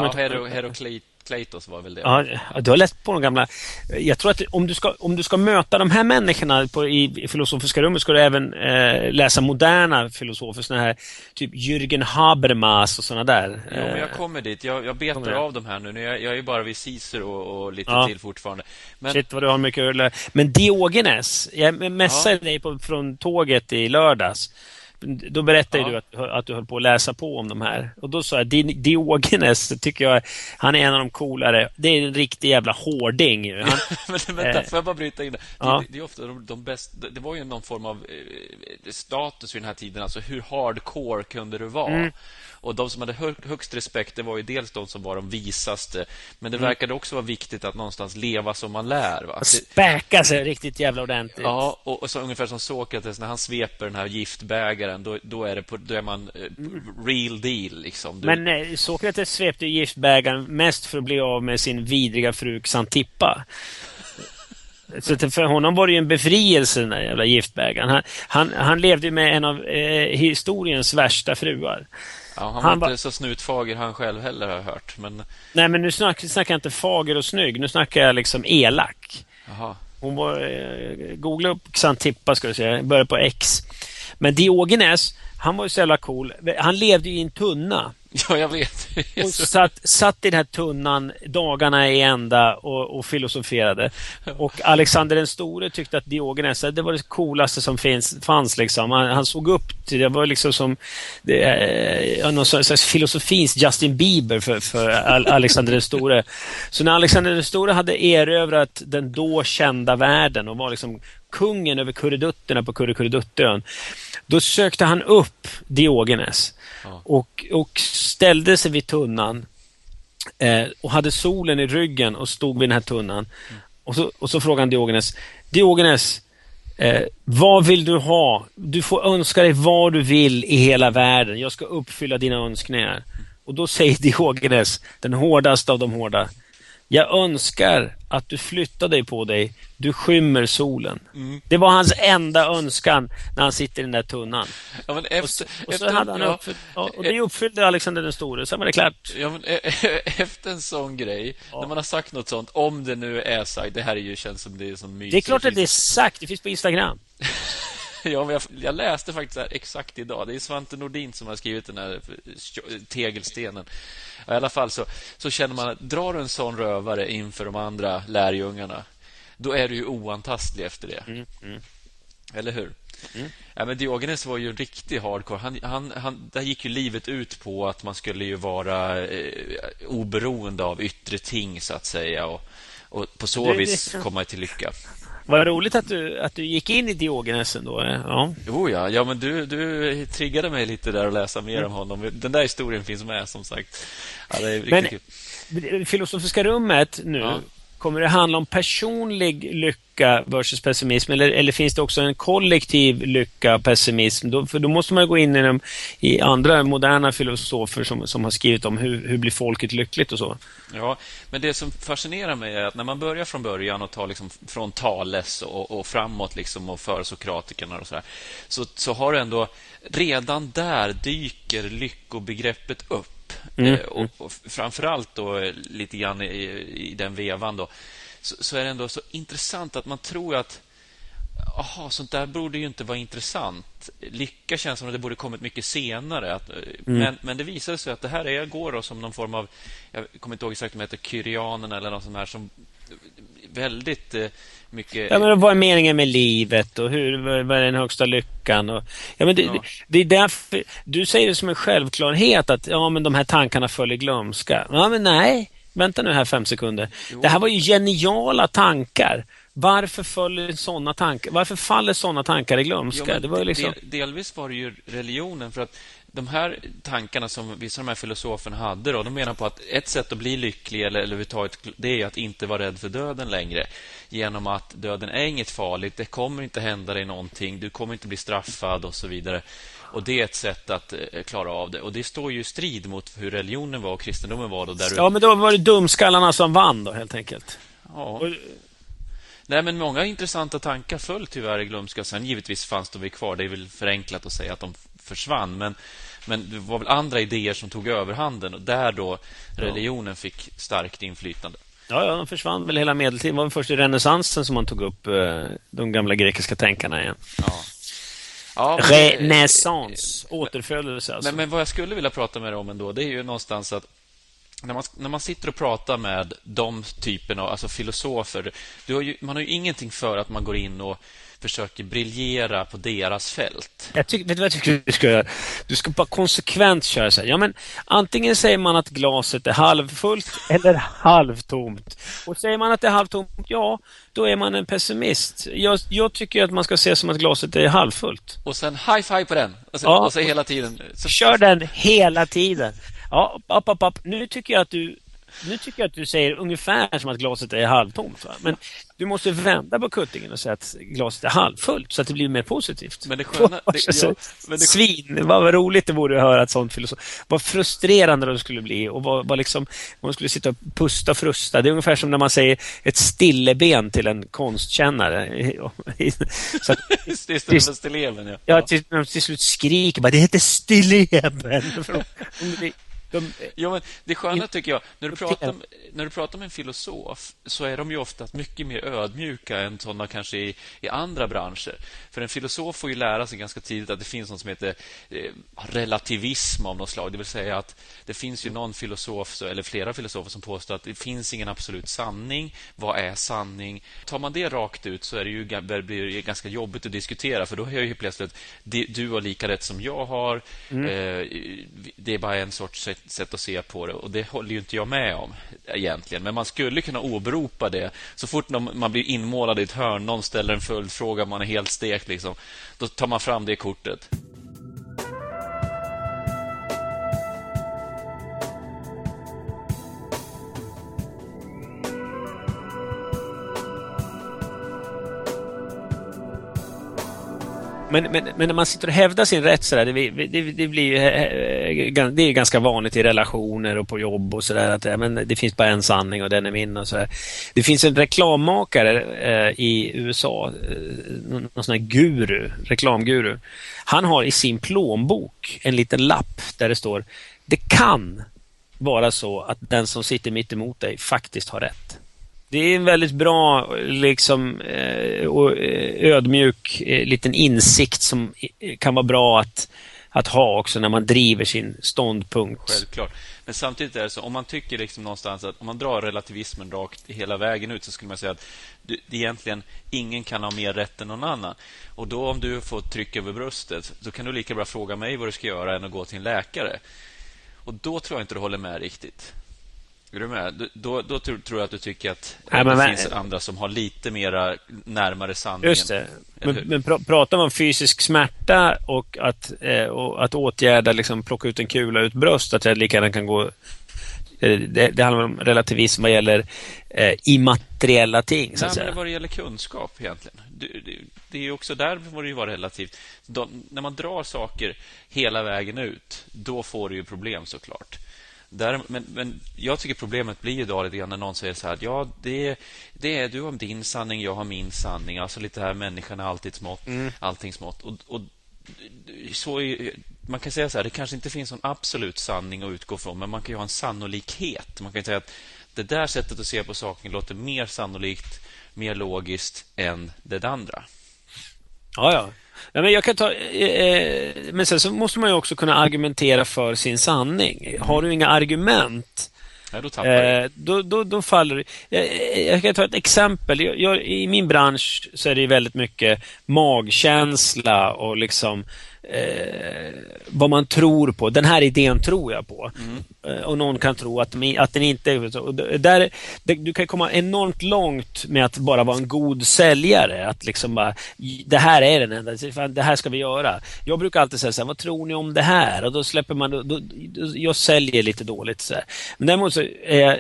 Herakleitos var väl det. Ja, du har läst på de gamla. Jag tror att om du ska möta de här människorna i filosofiska rummet, ska du även läsa moderna filosofer, såna här typ Jürgen Habermas och såna där. Ja, men jag kommer dit. Jag betar av de här nu. Jag är ju bara vid Cicero och lite till fortfarande. Men shit, vad du har mycket öl. Men Diogenes, jag messade dig från tåget i lördags. Då berättade du att du höll på att läsa på om de här. Och då sa jag, Diogenes tycker jag, han är en av de coolare. Det är en riktig jävla hårding. Men vänta, får jag bara bryta in det? Det är ofta de bästa. Det var ju någon form av status vid den här tiden. Alltså hur hardcore kunde du vara? Och de som hade högst respekt, det var ju dels de som var de visaste. Men det verkade också vara viktigt att någonstans leva som man lär, va? Späka sig riktigt jävla ordentligt. Ja, och så ungefär som Sokrates, när han sveper den här giftbägaren, då är man real deal liksom. Men Sokrates svepte giftbägaren mest för att bli av med sin vidriga fru Xantippa. Så för honom var det ju en befrielse, den där jävla giftbägaren. Han levde med en av historiens värsta fruar. Ja, han var inte så snutfager han själv heller, har jag hört. Men... Nej, men nu snackar jag inte fager och snygg. Nu snackar jag liksom elak. Aha. Hon var... googla upp Xantippa, ska du säga. Börjar på X. Men Diogenes, han var ju så jävla cool. Han levde ju i en tunna. Ja, jag vet. Och satt i den här tunnan dagarna i ända och filosoferade. Och Alexander den store tyckte att Diogenes, det var det coolaste som fanns liksom. Han såg upp till det. Var liksom som någon slags filosofins Justin Bieber för Alexander den store. Så när Alexander den store hade erövrat den då kända världen och var liksom kungen över kurredutterna på Kurrekurreduttön, då sökte han upp Diogenes och ställde sig vid tunnan och hade solen i ryggen och stod vid den här tunnan. Och så frågade han Diogenes, vad vill du ha? Du får önska dig vad du vill i hela världen. Jag ska uppfylla dina önskningar. Och då säger Diogenes, den hårdaste av de hårda: jag önskar att du flyttar dig på dig. Du skymmer solen. Det var hans enda önskan när han sitter i den där tunnan. Ja, men och så hade han och det uppfyllde Alexander den store. Sen var det klart. Ja, men efter en sån grej, när man har sagt något sånt, om det nu är sagt, det här är ju, känns som det är som mysigt. Det är klart att det är sagt. Det finns på Instagram. Ja, men jag läste faktiskt här exakt idag. Det är Svante Nordin som har skrivit den här tegelstenen. I alla fall så känner man att drar en sån rövare inför de andra lärjungarna, då är du ju oantastlig efter det. Eller hur? Ja, men Diogenes var ju en riktig hardcore. Där gick ju livet ut på att man skulle ju vara oberoende av yttre ting, så att säga, och på så vis komma till lycka. Vad roligt att du gick in i Diogenes då. Ja. Jo, ja, men du triggade mig lite där att läsa mer om honom. Den där historien finns med, som sagt. Ja, det är riktigt kul. Filosofiska rummet nu, kommer det handla om personlig lycka versus pessimism, eller finns det också en kollektiv lycka och pessimism? För då måste man gå in i andra moderna filosofer som har skrivit om hur blir folket lyckligt och så. Ja, men det som fascinerar mig är att när man börjar från början och tar liksom från Thales och framåt liksom, och för Sokratikerna och så har det ändå redan där dyker lyckobegreppet upp. Och framförallt då lite grann i den vevan då, så är det ändå så intressant att man tror att sånt där borde ju inte vara intressant. Lycka känns som att det borde kommit mycket senare. Men det visar sig att det här går då som någon form av, jag kommer inte ihåg exakt om det heter Kyrianen eller något sånt här, som väldigt mycket... Ja, men vad är meningen med livet och vad är den högsta lyckan? Och, det är därför du säger det som en självklarhet att men de här tankarna följer glömska. Ja, men nej, vänta nu här 5 sekunder. Det här var ju geniala tankar. Varför faller sådana tankar i glömska? Det var liksom... Delvis var det ju religionen, för att de här tankarna som vissa av de här filosoferna hade då, de menar på att ett sätt att bli lycklig eller överhuvudtaget, det är att inte vara rädd för döden längre, genom att döden är inget farligt, det kommer inte hända dig någonting, du kommer inte bli straffad och så vidare. Och det är ett sätt att klara av det. Och det står ju i strid mot hur religionen var och kristendomen var då, där men då var det dumskallarna som vann då, helt enkelt. Ja. Nej, men många intressanta tankar föll tyvärr i glömska. Sen givetvis fanns de kvar. Det är väl förenklat att säga att de försvann. Men det var väl andra idéer som tog överhanden. Och där då religionen fick starkt inflytande. Ja, de försvann väl hela medeltiden. Det var väl först i renässansen som man tog upp de gamla grekiska tänkarna igen. Ja, renässans, återfödelse alltså. Men vad jag skulle vilja prata med dig om ändå, det är ju någonstans att när man sitter och pratar med de typerna, alltså filosofer, man har ju ingenting för att man går in och försöker briljera på deras fält. Vet du vad jag tycker du ska göra? Du ska bara konsekvent köra så här. Ja, men antingen säger man att glaset är halvfullt eller halvtomt. Och säger man att det är halvtomt, då är man en pessimist. Jag tycker att man ska se som att glaset är halvfullt. Och sen high five på den. Och så hela tiden. Kör den hela tiden. Ja, Nu tycker jag att du säger ungefär som att glaset är halvtomt, va? Men du måste vända på kuttingen och säga att glaset är halvfullt så att det blir mer positivt. Men det sköna... Svin, vad roligt det vore att höra ett sånt filosof. Vad frustrerande det skulle bli och vad liksom, man skulle sitta och pusta och frusta. Det är ungefär som när man säger ett stilleben till en konstkännare. Så att, istället för stilleben, ja. Till slut skriker bara, det heter stilleben. Men det sköna tycker jag, när du pratar med en filosof, så är de ju ofta mycket mer ödmjuka än sådana kanske i andra branscher. För en filosof får ju lära sig ganska tidigt att det finns något som heter relativism av något slag. Det vill säga att det finns ju någon filosof, eller flera filosofer, som påstår att det finns ingen absolut sanning. Vad är sanning? Tar man det rakt ut så blir det ganska jobbigt att diskutera, för då är ju plötsligt du har lika rätt som jag har. Det är bara en sorts sätt att se på det, och det håller ju inte jag med om egentligen, men man skulle kunna åberopa det så fort man blir inmålad i ett hörn, någon ställer en följdfråga, man är helt stekt liksom, då tar man fram det kortet. Men när man sitter och hävdar sin rätt så där, det är ganska vanligt i relationer och på jobb och så där, att men det finns bara en sanning och den är min och så där. Det finns en reklammakare i USA, någon sån här reklamguru. Han har i sin plånbok en liten lapp där det står: det kan vara så att den som sitter mitt emot dig faktiskt har rätt. Det är en väldigt bra liksom, och ödmjuk liten insikt som kan vara bra att ha också när man driver sin ståndpunkt. Självklart. Men samtidigt är det så, om man tycker liksom någonstans att om man drar relativismen rakt hela vägen ut, så skulle man säga att egentligen ingen kan ha mer rätt än någon annan. Och då om du får tryck över bröstet, så kan du lika bra fråga mig vad du ska göra än att gå till en läkare. Och då tror jag inte du håller med riktigt. Är du med? Då tror jag att du tycker att det finns andra som har lite mera närmare sanningen. Just det. Men pratar man om fysisk smärta och att åtgärda, liksom plocka ut en kula ut bröst, att jag lika gärna kan gå... Det handlar om relativism vad gäller immateriella ting, så att säga. Men vad det gäller kunskap egentligen. Det är ju också där får det ju vara relativt. När man drar saker hela vägen ut, då får du ju problem såklart. Men jag tycker problemet blir ju då lite grann när någon säger så här: ja, det är du har din sanning, jag har min sanning. Alltså lite här, människan är alltid smått, allting smått. Och så är, man kan säga så här, det kanske inte finns någon absolut sanning att utgå från, men man kan ju ha en sannolikhet. Man kan säga att det där sättet att se på saken låter mer sannolikt, mer logiskt än det andra. Ja. Ja, men jag kan ta, men sen så måste man ju också kunna argumentera för sin sanning. Har du inga argument, ja, då tappar då faller du. Jag kan ta ett exempel. I min bransch så är det väldigt mycket magkänsla och liksom vad man tror på. Den här idén tror jag på. Och någon kan tro att den inte är. Du kan komma enormt långt med att bara vara en god säljare. Att liksom bara, det här är den enda, det här ska vi göra. Jag brukar alltid säga så här: vad tror ni om det här? Och då släpper man, jag säljer lite dåligt så här. Men däremot så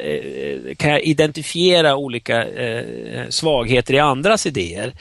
kan jag identifiera olika svagheter i andras idéer.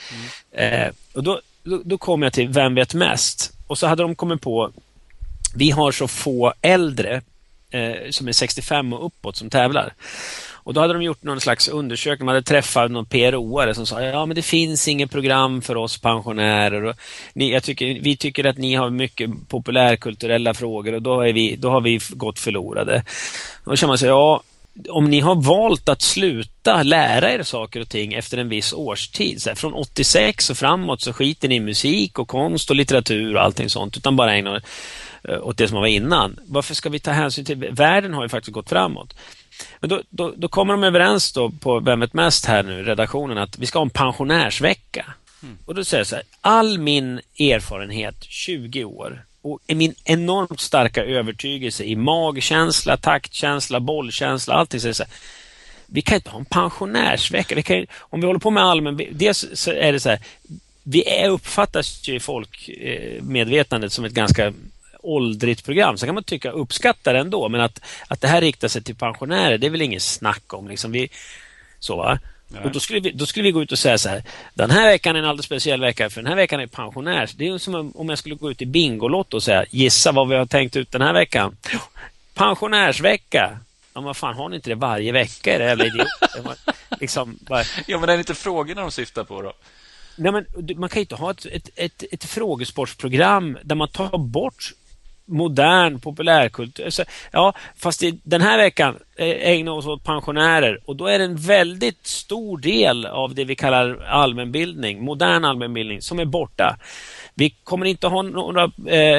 Och då kom jag till Vem vet mest? Och så hade de kommit på, vi har så få äldre som är 65 och uppåt som tävlar. Och då hade de gjort någon slags undersökning. Man hade träffat någon PRO-are som sa: ja, men det finns inget program för oss pensionärer. Och vi tycker att ni har mycket populärkulturella frågor, och då har vi gått förlorade. Och då känner man sig, ja, om ni har valt att sluta lära er saker och ting efter en viss årstid, så här, från 86 och framåt, så skiter ni i musik och konst och litteratur och allting sånt, utan bara ägnar åt det som var innan. Varför ska vi ta hänsyn till? Världen har ju faktiskt gått framåt. Men då kommer de överens då på Vem vet mest här nu, redaktionen, att vi ska ha en pensionärsvecka. Och då säger jag så här: all min erfarenhet, 20 år, och min enormt starka övertygelse i magkänsla, taktkänsla, bollkänsla, allting, så är det så här: vi kan inte ha en pensionärsvecka. Om vi håller på med allmän, dels så är det så här, vi uppfattas ju i folkmedvetandet som ett ganska åldrigt program, så kan man tycka uppskatta det ändå, men att det här riktar sig till pensionärer, det är väl ingen snack om liksom, så va? Nej. Och då skulle vi gå ut och säga så här: den här veckan är en alldeles speciell vecka, för den här veckan är pensionärs. Det är som om jag skulle gå ut i Bingolotto och säga: gissa vad vi har tänkt ut den här veckan. Pensionärsvecka. Ja, vad fan, har ni inte det varje vecka? Är det jävla idiot? Liksom, bara... Ja, men det är inte frågorna de syftar på då. Nej, men man kan inte ha ett frågesportsprogram där man tar bort modern populärkultur. Ja, fast den här veckan ägnar oss åt pensionärer, och då är det en väldigt stor del av det vi kallar allmänbildning, modern allmänbildning, som är borta. Vi kommer inte ha några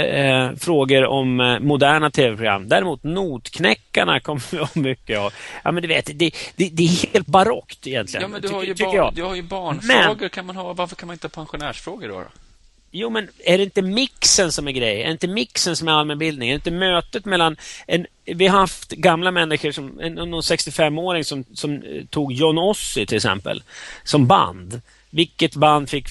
frågor om moderna tv-program. Däremot notknäckarna kommer vi ha mycket av. Ja, men du vet, det är helt barockt egentligen. Ja, men du har ju barnfrågor. Varför kan man inte ha pensionärsfrågor då? Jo, men är det inte mixen som är grej? Är det inte mixen som är allmänbildning? Är det inte mötet mellan vi har haft gamla människor som någon 65-åring som tog John Ossie till exempel som band. Vilket band fick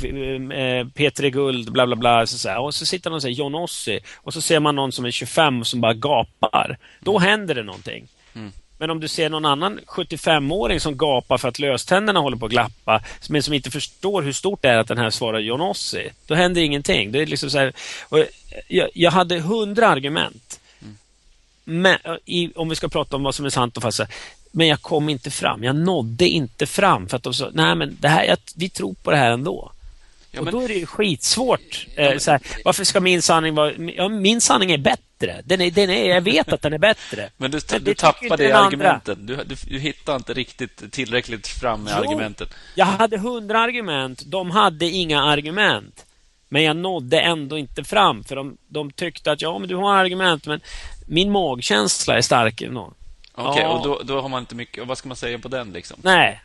P3 Guld, bla bla bla, och så sitter de och säger John Ossie, och så ser man någon som är 25 som bara gapar. Då händer det någonting. Men om du ser någon annan 75-åring som gapar för att löständerna håller på att glappa, men som inte förstår hur stort det är att den här svarar John Ossie, då händer ingenting. Det är liksom så här, och jag hade 100 argument. Men, om vi ska prata om vad som är sant och fast, men jag kom inte fram. Jag nådde inte fram för att de sa, nej men det här, vi tror på det här ändå. Ja, och då är det ju skitsvårt. Så här, varför ska min sanning vara... Ja, min sanning är bättre. bättre. Jag vet att den är bättre. Men du tappade i argumenten. Du hittade inte riktigt tillräckligt fram med argumenten. Jag hade 100 argument. De hade inga argument. Men jag nådde ändå inte fram. För de tyckte att men du har argument. Men min magkänsla är stark. Okej, och då har man inte mycket. Vad ska man säga på den liksom? Nej.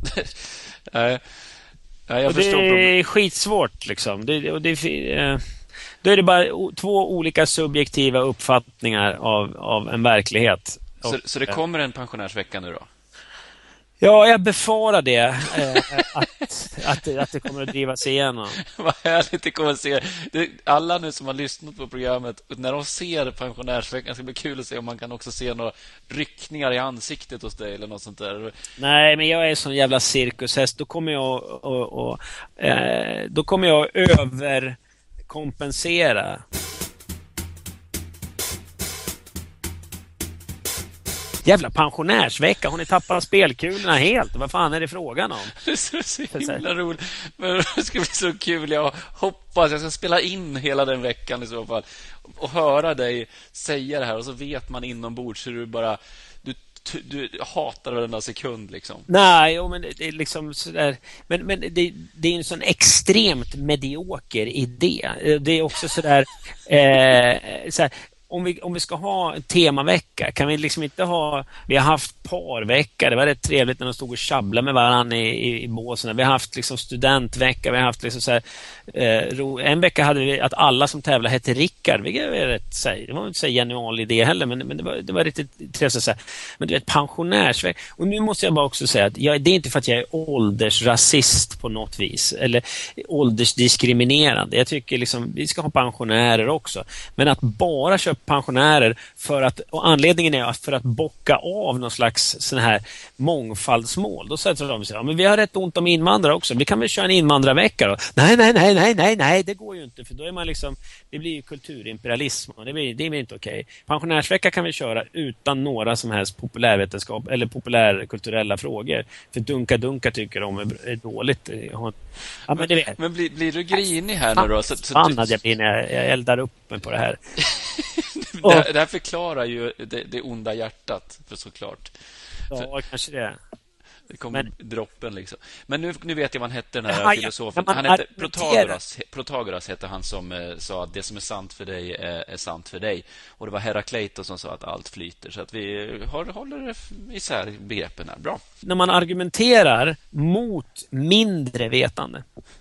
Jag förstår. Det är skitsvårt liksom. Då är det bara 2 olika subjektiva uppfattningar av en verklighet. Så det kommer en pensionärsvecka nu då? Ja, jag befarar det. Att det kommer att drivas igenom. Vad härligt det kommer att se. Alla nu som har lyssnat på programmet, när de ser pensionärsveckan, ska bli kul att se om man kan också se några ryckningar i ansiktet hos dig eller något sånt där. Nej, men jag är sån jävla cirkushäst. Då kommer jag överkompensera. Jävla pensionärsvecka, har ni tappat spelkulorna helt? Vad fan är det frågan om? Det är så himla roligt. Men det ska bli så kul. Jag hoppas jag ska spela in hela den veckan i så fall. Och höra dig säga det här. Och så vet man inombords så du bara... Du hatar varenda sekund liksom. Nej, men det är liksom sådär. Men det är en sån extremt medioker idé. Det är också sådär... såhär, om vi ska ha en temavecka, kan vi liksom inte ha... Vi har haft parvecka, det var rätt trevligt när de stod och tjabblade med varandra i båsen. Vi har haft liksom studentvecka, vi har haft liksom så här, en vecka hade vi att alla som tävlade hette Rickard, vilket är rätt, det var inte så genial idé heller, men det var riktigt trevligt att säga. Men du vet, pensionärsvecka. Och nu måste jag bara också säga att det är inte för att jag är åldersrasist på något vis, eller åldersdiskriminerande. Jag tycker liksom, vi ska ha pensionärer också. Men att bara köpa pensionärer och anledningen är för att bocka av någon slags sån här mångfaldsmål. Då säger de så här, men vi har rätt ont om invandrare också. Vi kan väl köra en invandrarvecka då? Nej, det går ju inte, för då är man liksom, det blir ju kulturimperialism och det blir inte okej. Pensionärsvecka kan vi köra utan några som helst populärvetenskap eller populärkulturella frågor. För dunka tycker de är dåligt. Ja, men det vet. Men blir du grinig här nu då? Förbannad jag blir när jag eldar upp mig på det här. Det här förklarar ju det onda hjärtat, för såklart. Ja, kanske det. Det kommer droppen liksom. Men nu vet jag vad han hette, den här filosofen. Han hette Protagoras hette han som sa att det som är sant för dig är sant för dig. Och det var Herakleitos som sa att allt flyter. Så att vi håller isär begreppen här. Bra. När man argumenterar mot mindre vetande,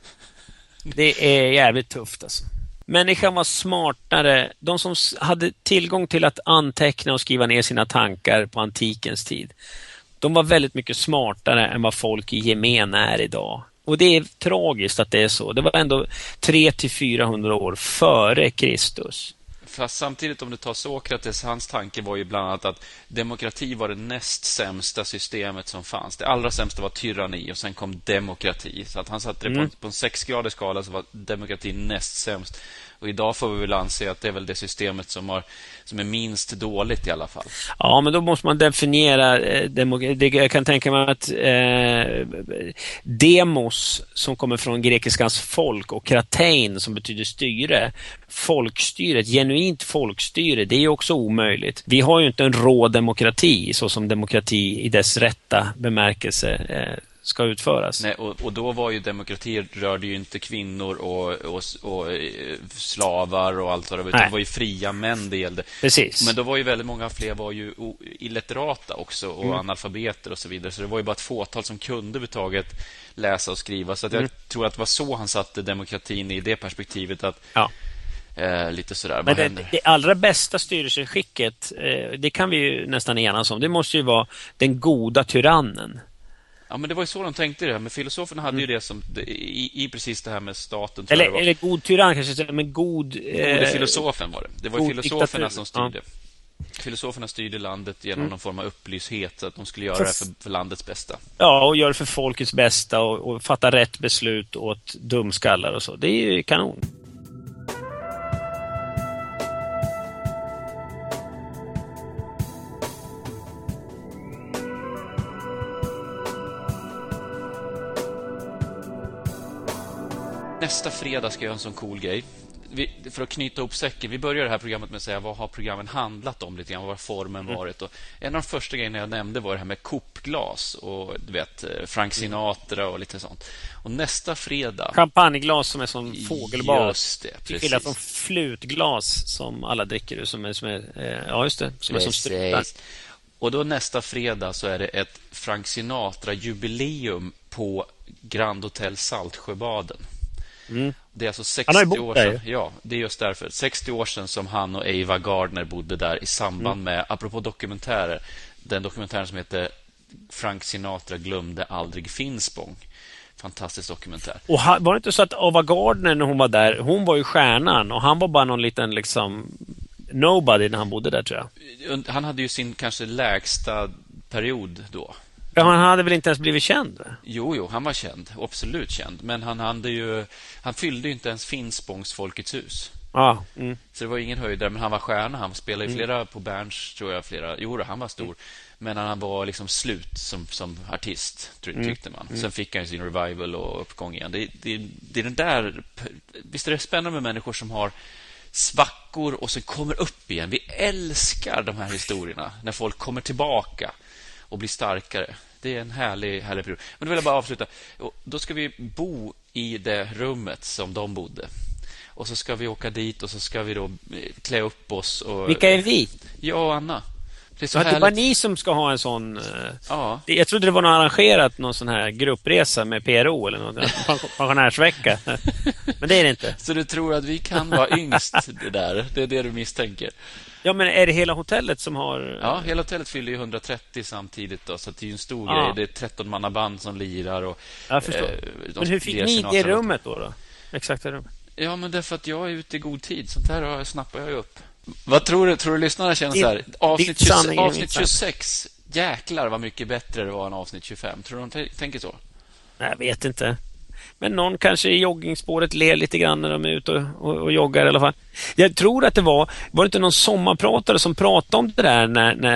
det är jävligt tufft alltså. Människan var smartare. De som hade tillgång till att anteckna och skriva ner sina tankar på antikens tid, de var väldigt mycket smartare än vad folk i gemen är idag. Och det är tragiskt att det är så. Det var ändå 300-400 år före Kristus. Fast samtidigt, om du tar Sokrates, hans tanke var ju bland annat att demokrati var det näst sämsta systemet som fanns. Det allra sämsta var tyranni och sen kom demokrati. Så att han satte det på en 6-gradig skala, så var demokrati näst sämst. Och idag får vi väl anse att det är väl det systemet som är minst dåligt i alla fall. Ja, men då måste man definiera jag kan tänka mig att demos, som kommer från grekiskans folk, och kratein, som betyder styre, folkstyre, ett genuint folkstyre, det är ju också omöjligt. Vi har ju inte en rå demokrati så som demokrati i dess rätta bemärkelse ska utföras. Nej, och då var ju demokrati, rörde ju inte kvinnor och slavar och allt vad det var. Det var ju fria män det gällde. Precis. Men då var ju väldigt många fler var ju illitterata också och analfabeter och så vidare. Så det var ju bara ett fåtal som kunde överhuvudtaget läsa och skriva. Så att jag tror att det var så han satte demokratin i det perspektivet att lite sådär. Men det allra bästa styrelseskicket, det kan vi ju nästan enas om. Det måste ju vara den goda tyrannen. Ja, men det var ju så de tänkte det. Men filosoferna hade ju det som i precis det här med staten. Eller god tyrann kanske, men god filosofen var det. Det var ju filosoferna som styrde. Ja. Filosoferna styrde landet genom någon form av upplyshet, så att de skulle göra det för landets bästa. Ja, och göra det för folkets bästa och fatta rätt beslut åt dumskallar och så. Det är ju kanon. Nästa fredag ska jag göra en sån cool grej. för att knyta ihop säcken, vi börjar det här programmet med att säga vad har programmen handlat om lite grann, vad har formen varit. Och en av de första grejerna jag nämnde var det här med kopglas och du vet, Frank Sinatra och lite sånt. Och nästa fredag... Champagneglas som är som fågelbad. Just det, precis. Till som flutglas som alla dricker som är ja just det, som är som strupar. Och då nästa fredag så är det ett Frank Sinatra-jubileum på Grand Hotel Saltsjöbaden. Det är alltså 60 år sedan. Ja, det är just därför. 60 år sedan som han och Ava Gardner bodde där i samband med, apropå dokumentärer, den dokumentären som heter Frank Sinatra glömde aldrig Finspång. Fantastisk dokumentär. Och var det inte så att Ava Gardner när hon var där, hon var ju stjärnan och han var bara någon liten liksom nobody när han bodde där, tror jag. Han hade ju sin kanske lägsta period då. Ja, han hade väl inte ens blivit känd? Jo, han var känd, absolut känd. Men han fyllde ju inte ens Finspångs Folkets hus. Så det var ingen höjdare, men han var stjärna. Han spelade i flera på Berns, tror jag, Jo, han var stor. Men han var liksom slut som artist, tyckte man. Sen fick han sin revival och uppgång igen. Det är den där... Visst är det spännande med människor som har svackor och sen kommer upp igen. Vi älskar de här historierna när folk kommer tillbaka och blir starkare. Det är en härlig period. Men då vill jag bara avsluta. Då ska vi bo i det rummet som de bodde. Och så ska vi åka dit och så ska vi då klä upp oss. Vilka är vi? Jag och Anna. Det är så det bara ni som ska ha en sån... Ja. Jag trodde det var någon arrangerat någon sån här gruppresa med PRO eller något. Pensionärsvecka. Men det är det inte. Så du tror att vi kan vara yngst det där? Det är det du misstänker. Ja, men är det hela hotellet som har... Ja, hela hotellet fyller ju 130 samtidigt då, så det är ju en stor grej. Det är 13 mannaband som lirar och... Jag förstår. Men hur fick ni det rummet då? Exakta rummet. Ja, men därför att jag är ute i god tid. Sånt här snappar jag upp. Vad tror du lyssnarna känner så här? Avsnitt 26, jäklar vad mycket bättre det var än avsnitt 25. Tror du de tänker så? Nej, jag vet inte. Men någon kanske i joggingspåret ler lite grann när de är ute och joggar i alla fall. Jag tror att det var det inte någon sommarpratare som pratade om det där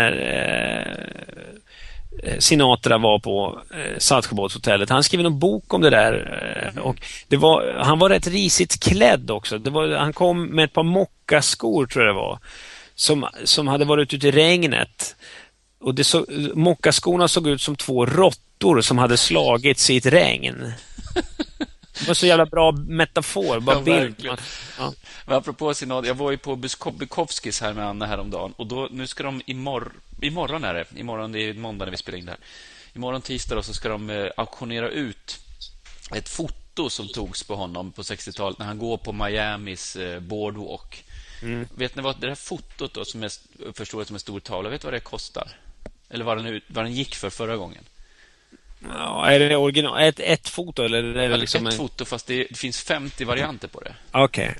när Sinatra var på Saltsjöbadshotellet. Han skrev en bok om det där och han var rätt risigt klädd också. Han kom med ett par mockaskor, tror jag det var, som hade varit ute i regnet. Och mockaskorna såg ut som 2 råttor som hade slagits i ett regn. Det var så jävla bra metafor, bara bild. Ja. Men apropå Sinatra, jag var ju på Bukowskis här med Anna häromdagen. Och nu ska de imorgon är det. Imorgon, det är måndag när vi spelar in det här. Imorgon tisdag då, så ska de auktionera ut ett foto som togs på honom på 60-talet när han går på Miamis boardwalk. Vet ni vad det här fotot då, som är förstås som en stor tavla, vet vad det kostar? Eller vad den gick för förra gången? Ja, är det original ett foto eller är det liksom ett foto, fast det finns 50 varianter på det. Okej.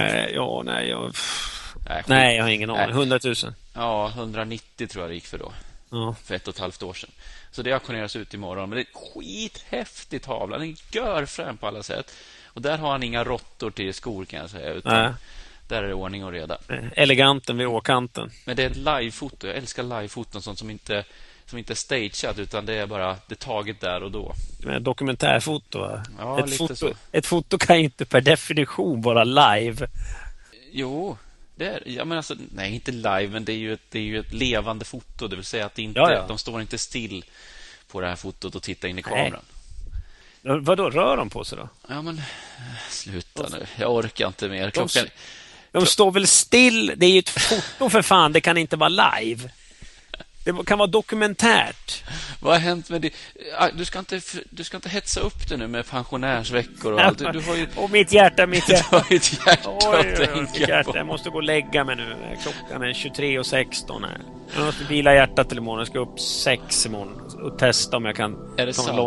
Nej, jag har ingen aning. 100 000. Ja, 190 tror jag det gick för då. Ja. För 1,5 år sedan. Så det auktioneras ut imorgon. Men det är skithäftig tavla. Den gör fram på alla sätt. Och där har han inga råttor till skor, kan jag säga, utan där är det ordning och reda. Eleganten vid åkanten. Men det är ett livefoto. Jag älskar livefoton, sånt som inte är stageat, utan det är bara det taget där och då. Dokumentärfoto, va? Ja, ett foto kan inte per definition vara live. Jo, det är, ja, men alltså, nej, inte live, men det är ju ett levande foto. Det vill säga att de står inte still på det här fotot och tittar in i kameran. Vadå, rör de på sig då? Ja, men sluta nu. Jag orkar inte mer. De står väl still. Det är ju ett foto för fan. Det kan inte vara live. Det kan vara dokumentärt. Vad har hänt med det? Du ska inte hetsa upp det nu med pensionärsveckor och allt. Du har ju... Och mitt hjärta. Du har ju ett hjärta att tänka på. Jag måste gå och lägga mig nu. Klockan är 23:16 här. Jag måste vila hjärtat till imorgon. Jag ska upp 6 imorgon och testa om jag kan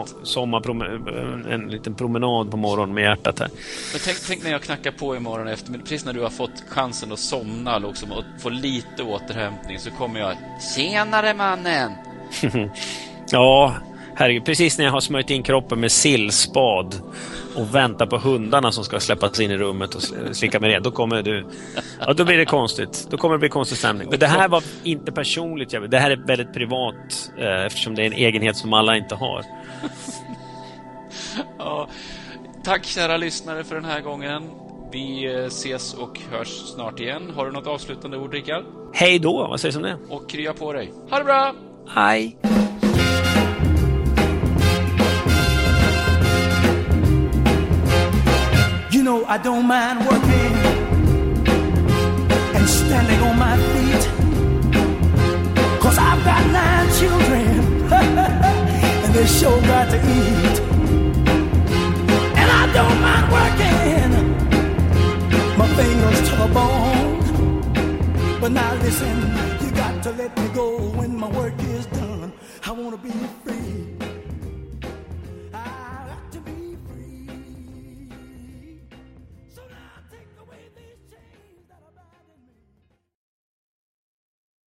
ta en liten promenad på morgonen med hjärtat här. Men tänk när jag knackar på imorgon eftermiddag, precis när du har fått chansen att somna liksom, och få lite återhämtning, så kommer jag: tjenare mannen! Ja, herregud, precis när jag har smörjt in kroppen med sillspad och väntar på hundarna som ska släppas in i rummet och slicka med det, då kommer du... Ja, då blir det konstigt. Då kommer det bli konstig stämning. Men det här var inte personligt. Det här är väldigt privat, eftersom det är en egenhet som alla inte har. Ja, tack kära lyssnare för den här gången. Vi ses och hörs snart igen. Har du något avslutande ord, Rickard? Hej då, vad sägs om det? Och krya på dig. Ha det bra! Hej! You know I don't mind working and standing on my feet, 'cause I've got 9 children and they sure got to eat. And I don't mind working my fingers to the bone, but now listen, you got to let me go when my work is done. I wanna be free.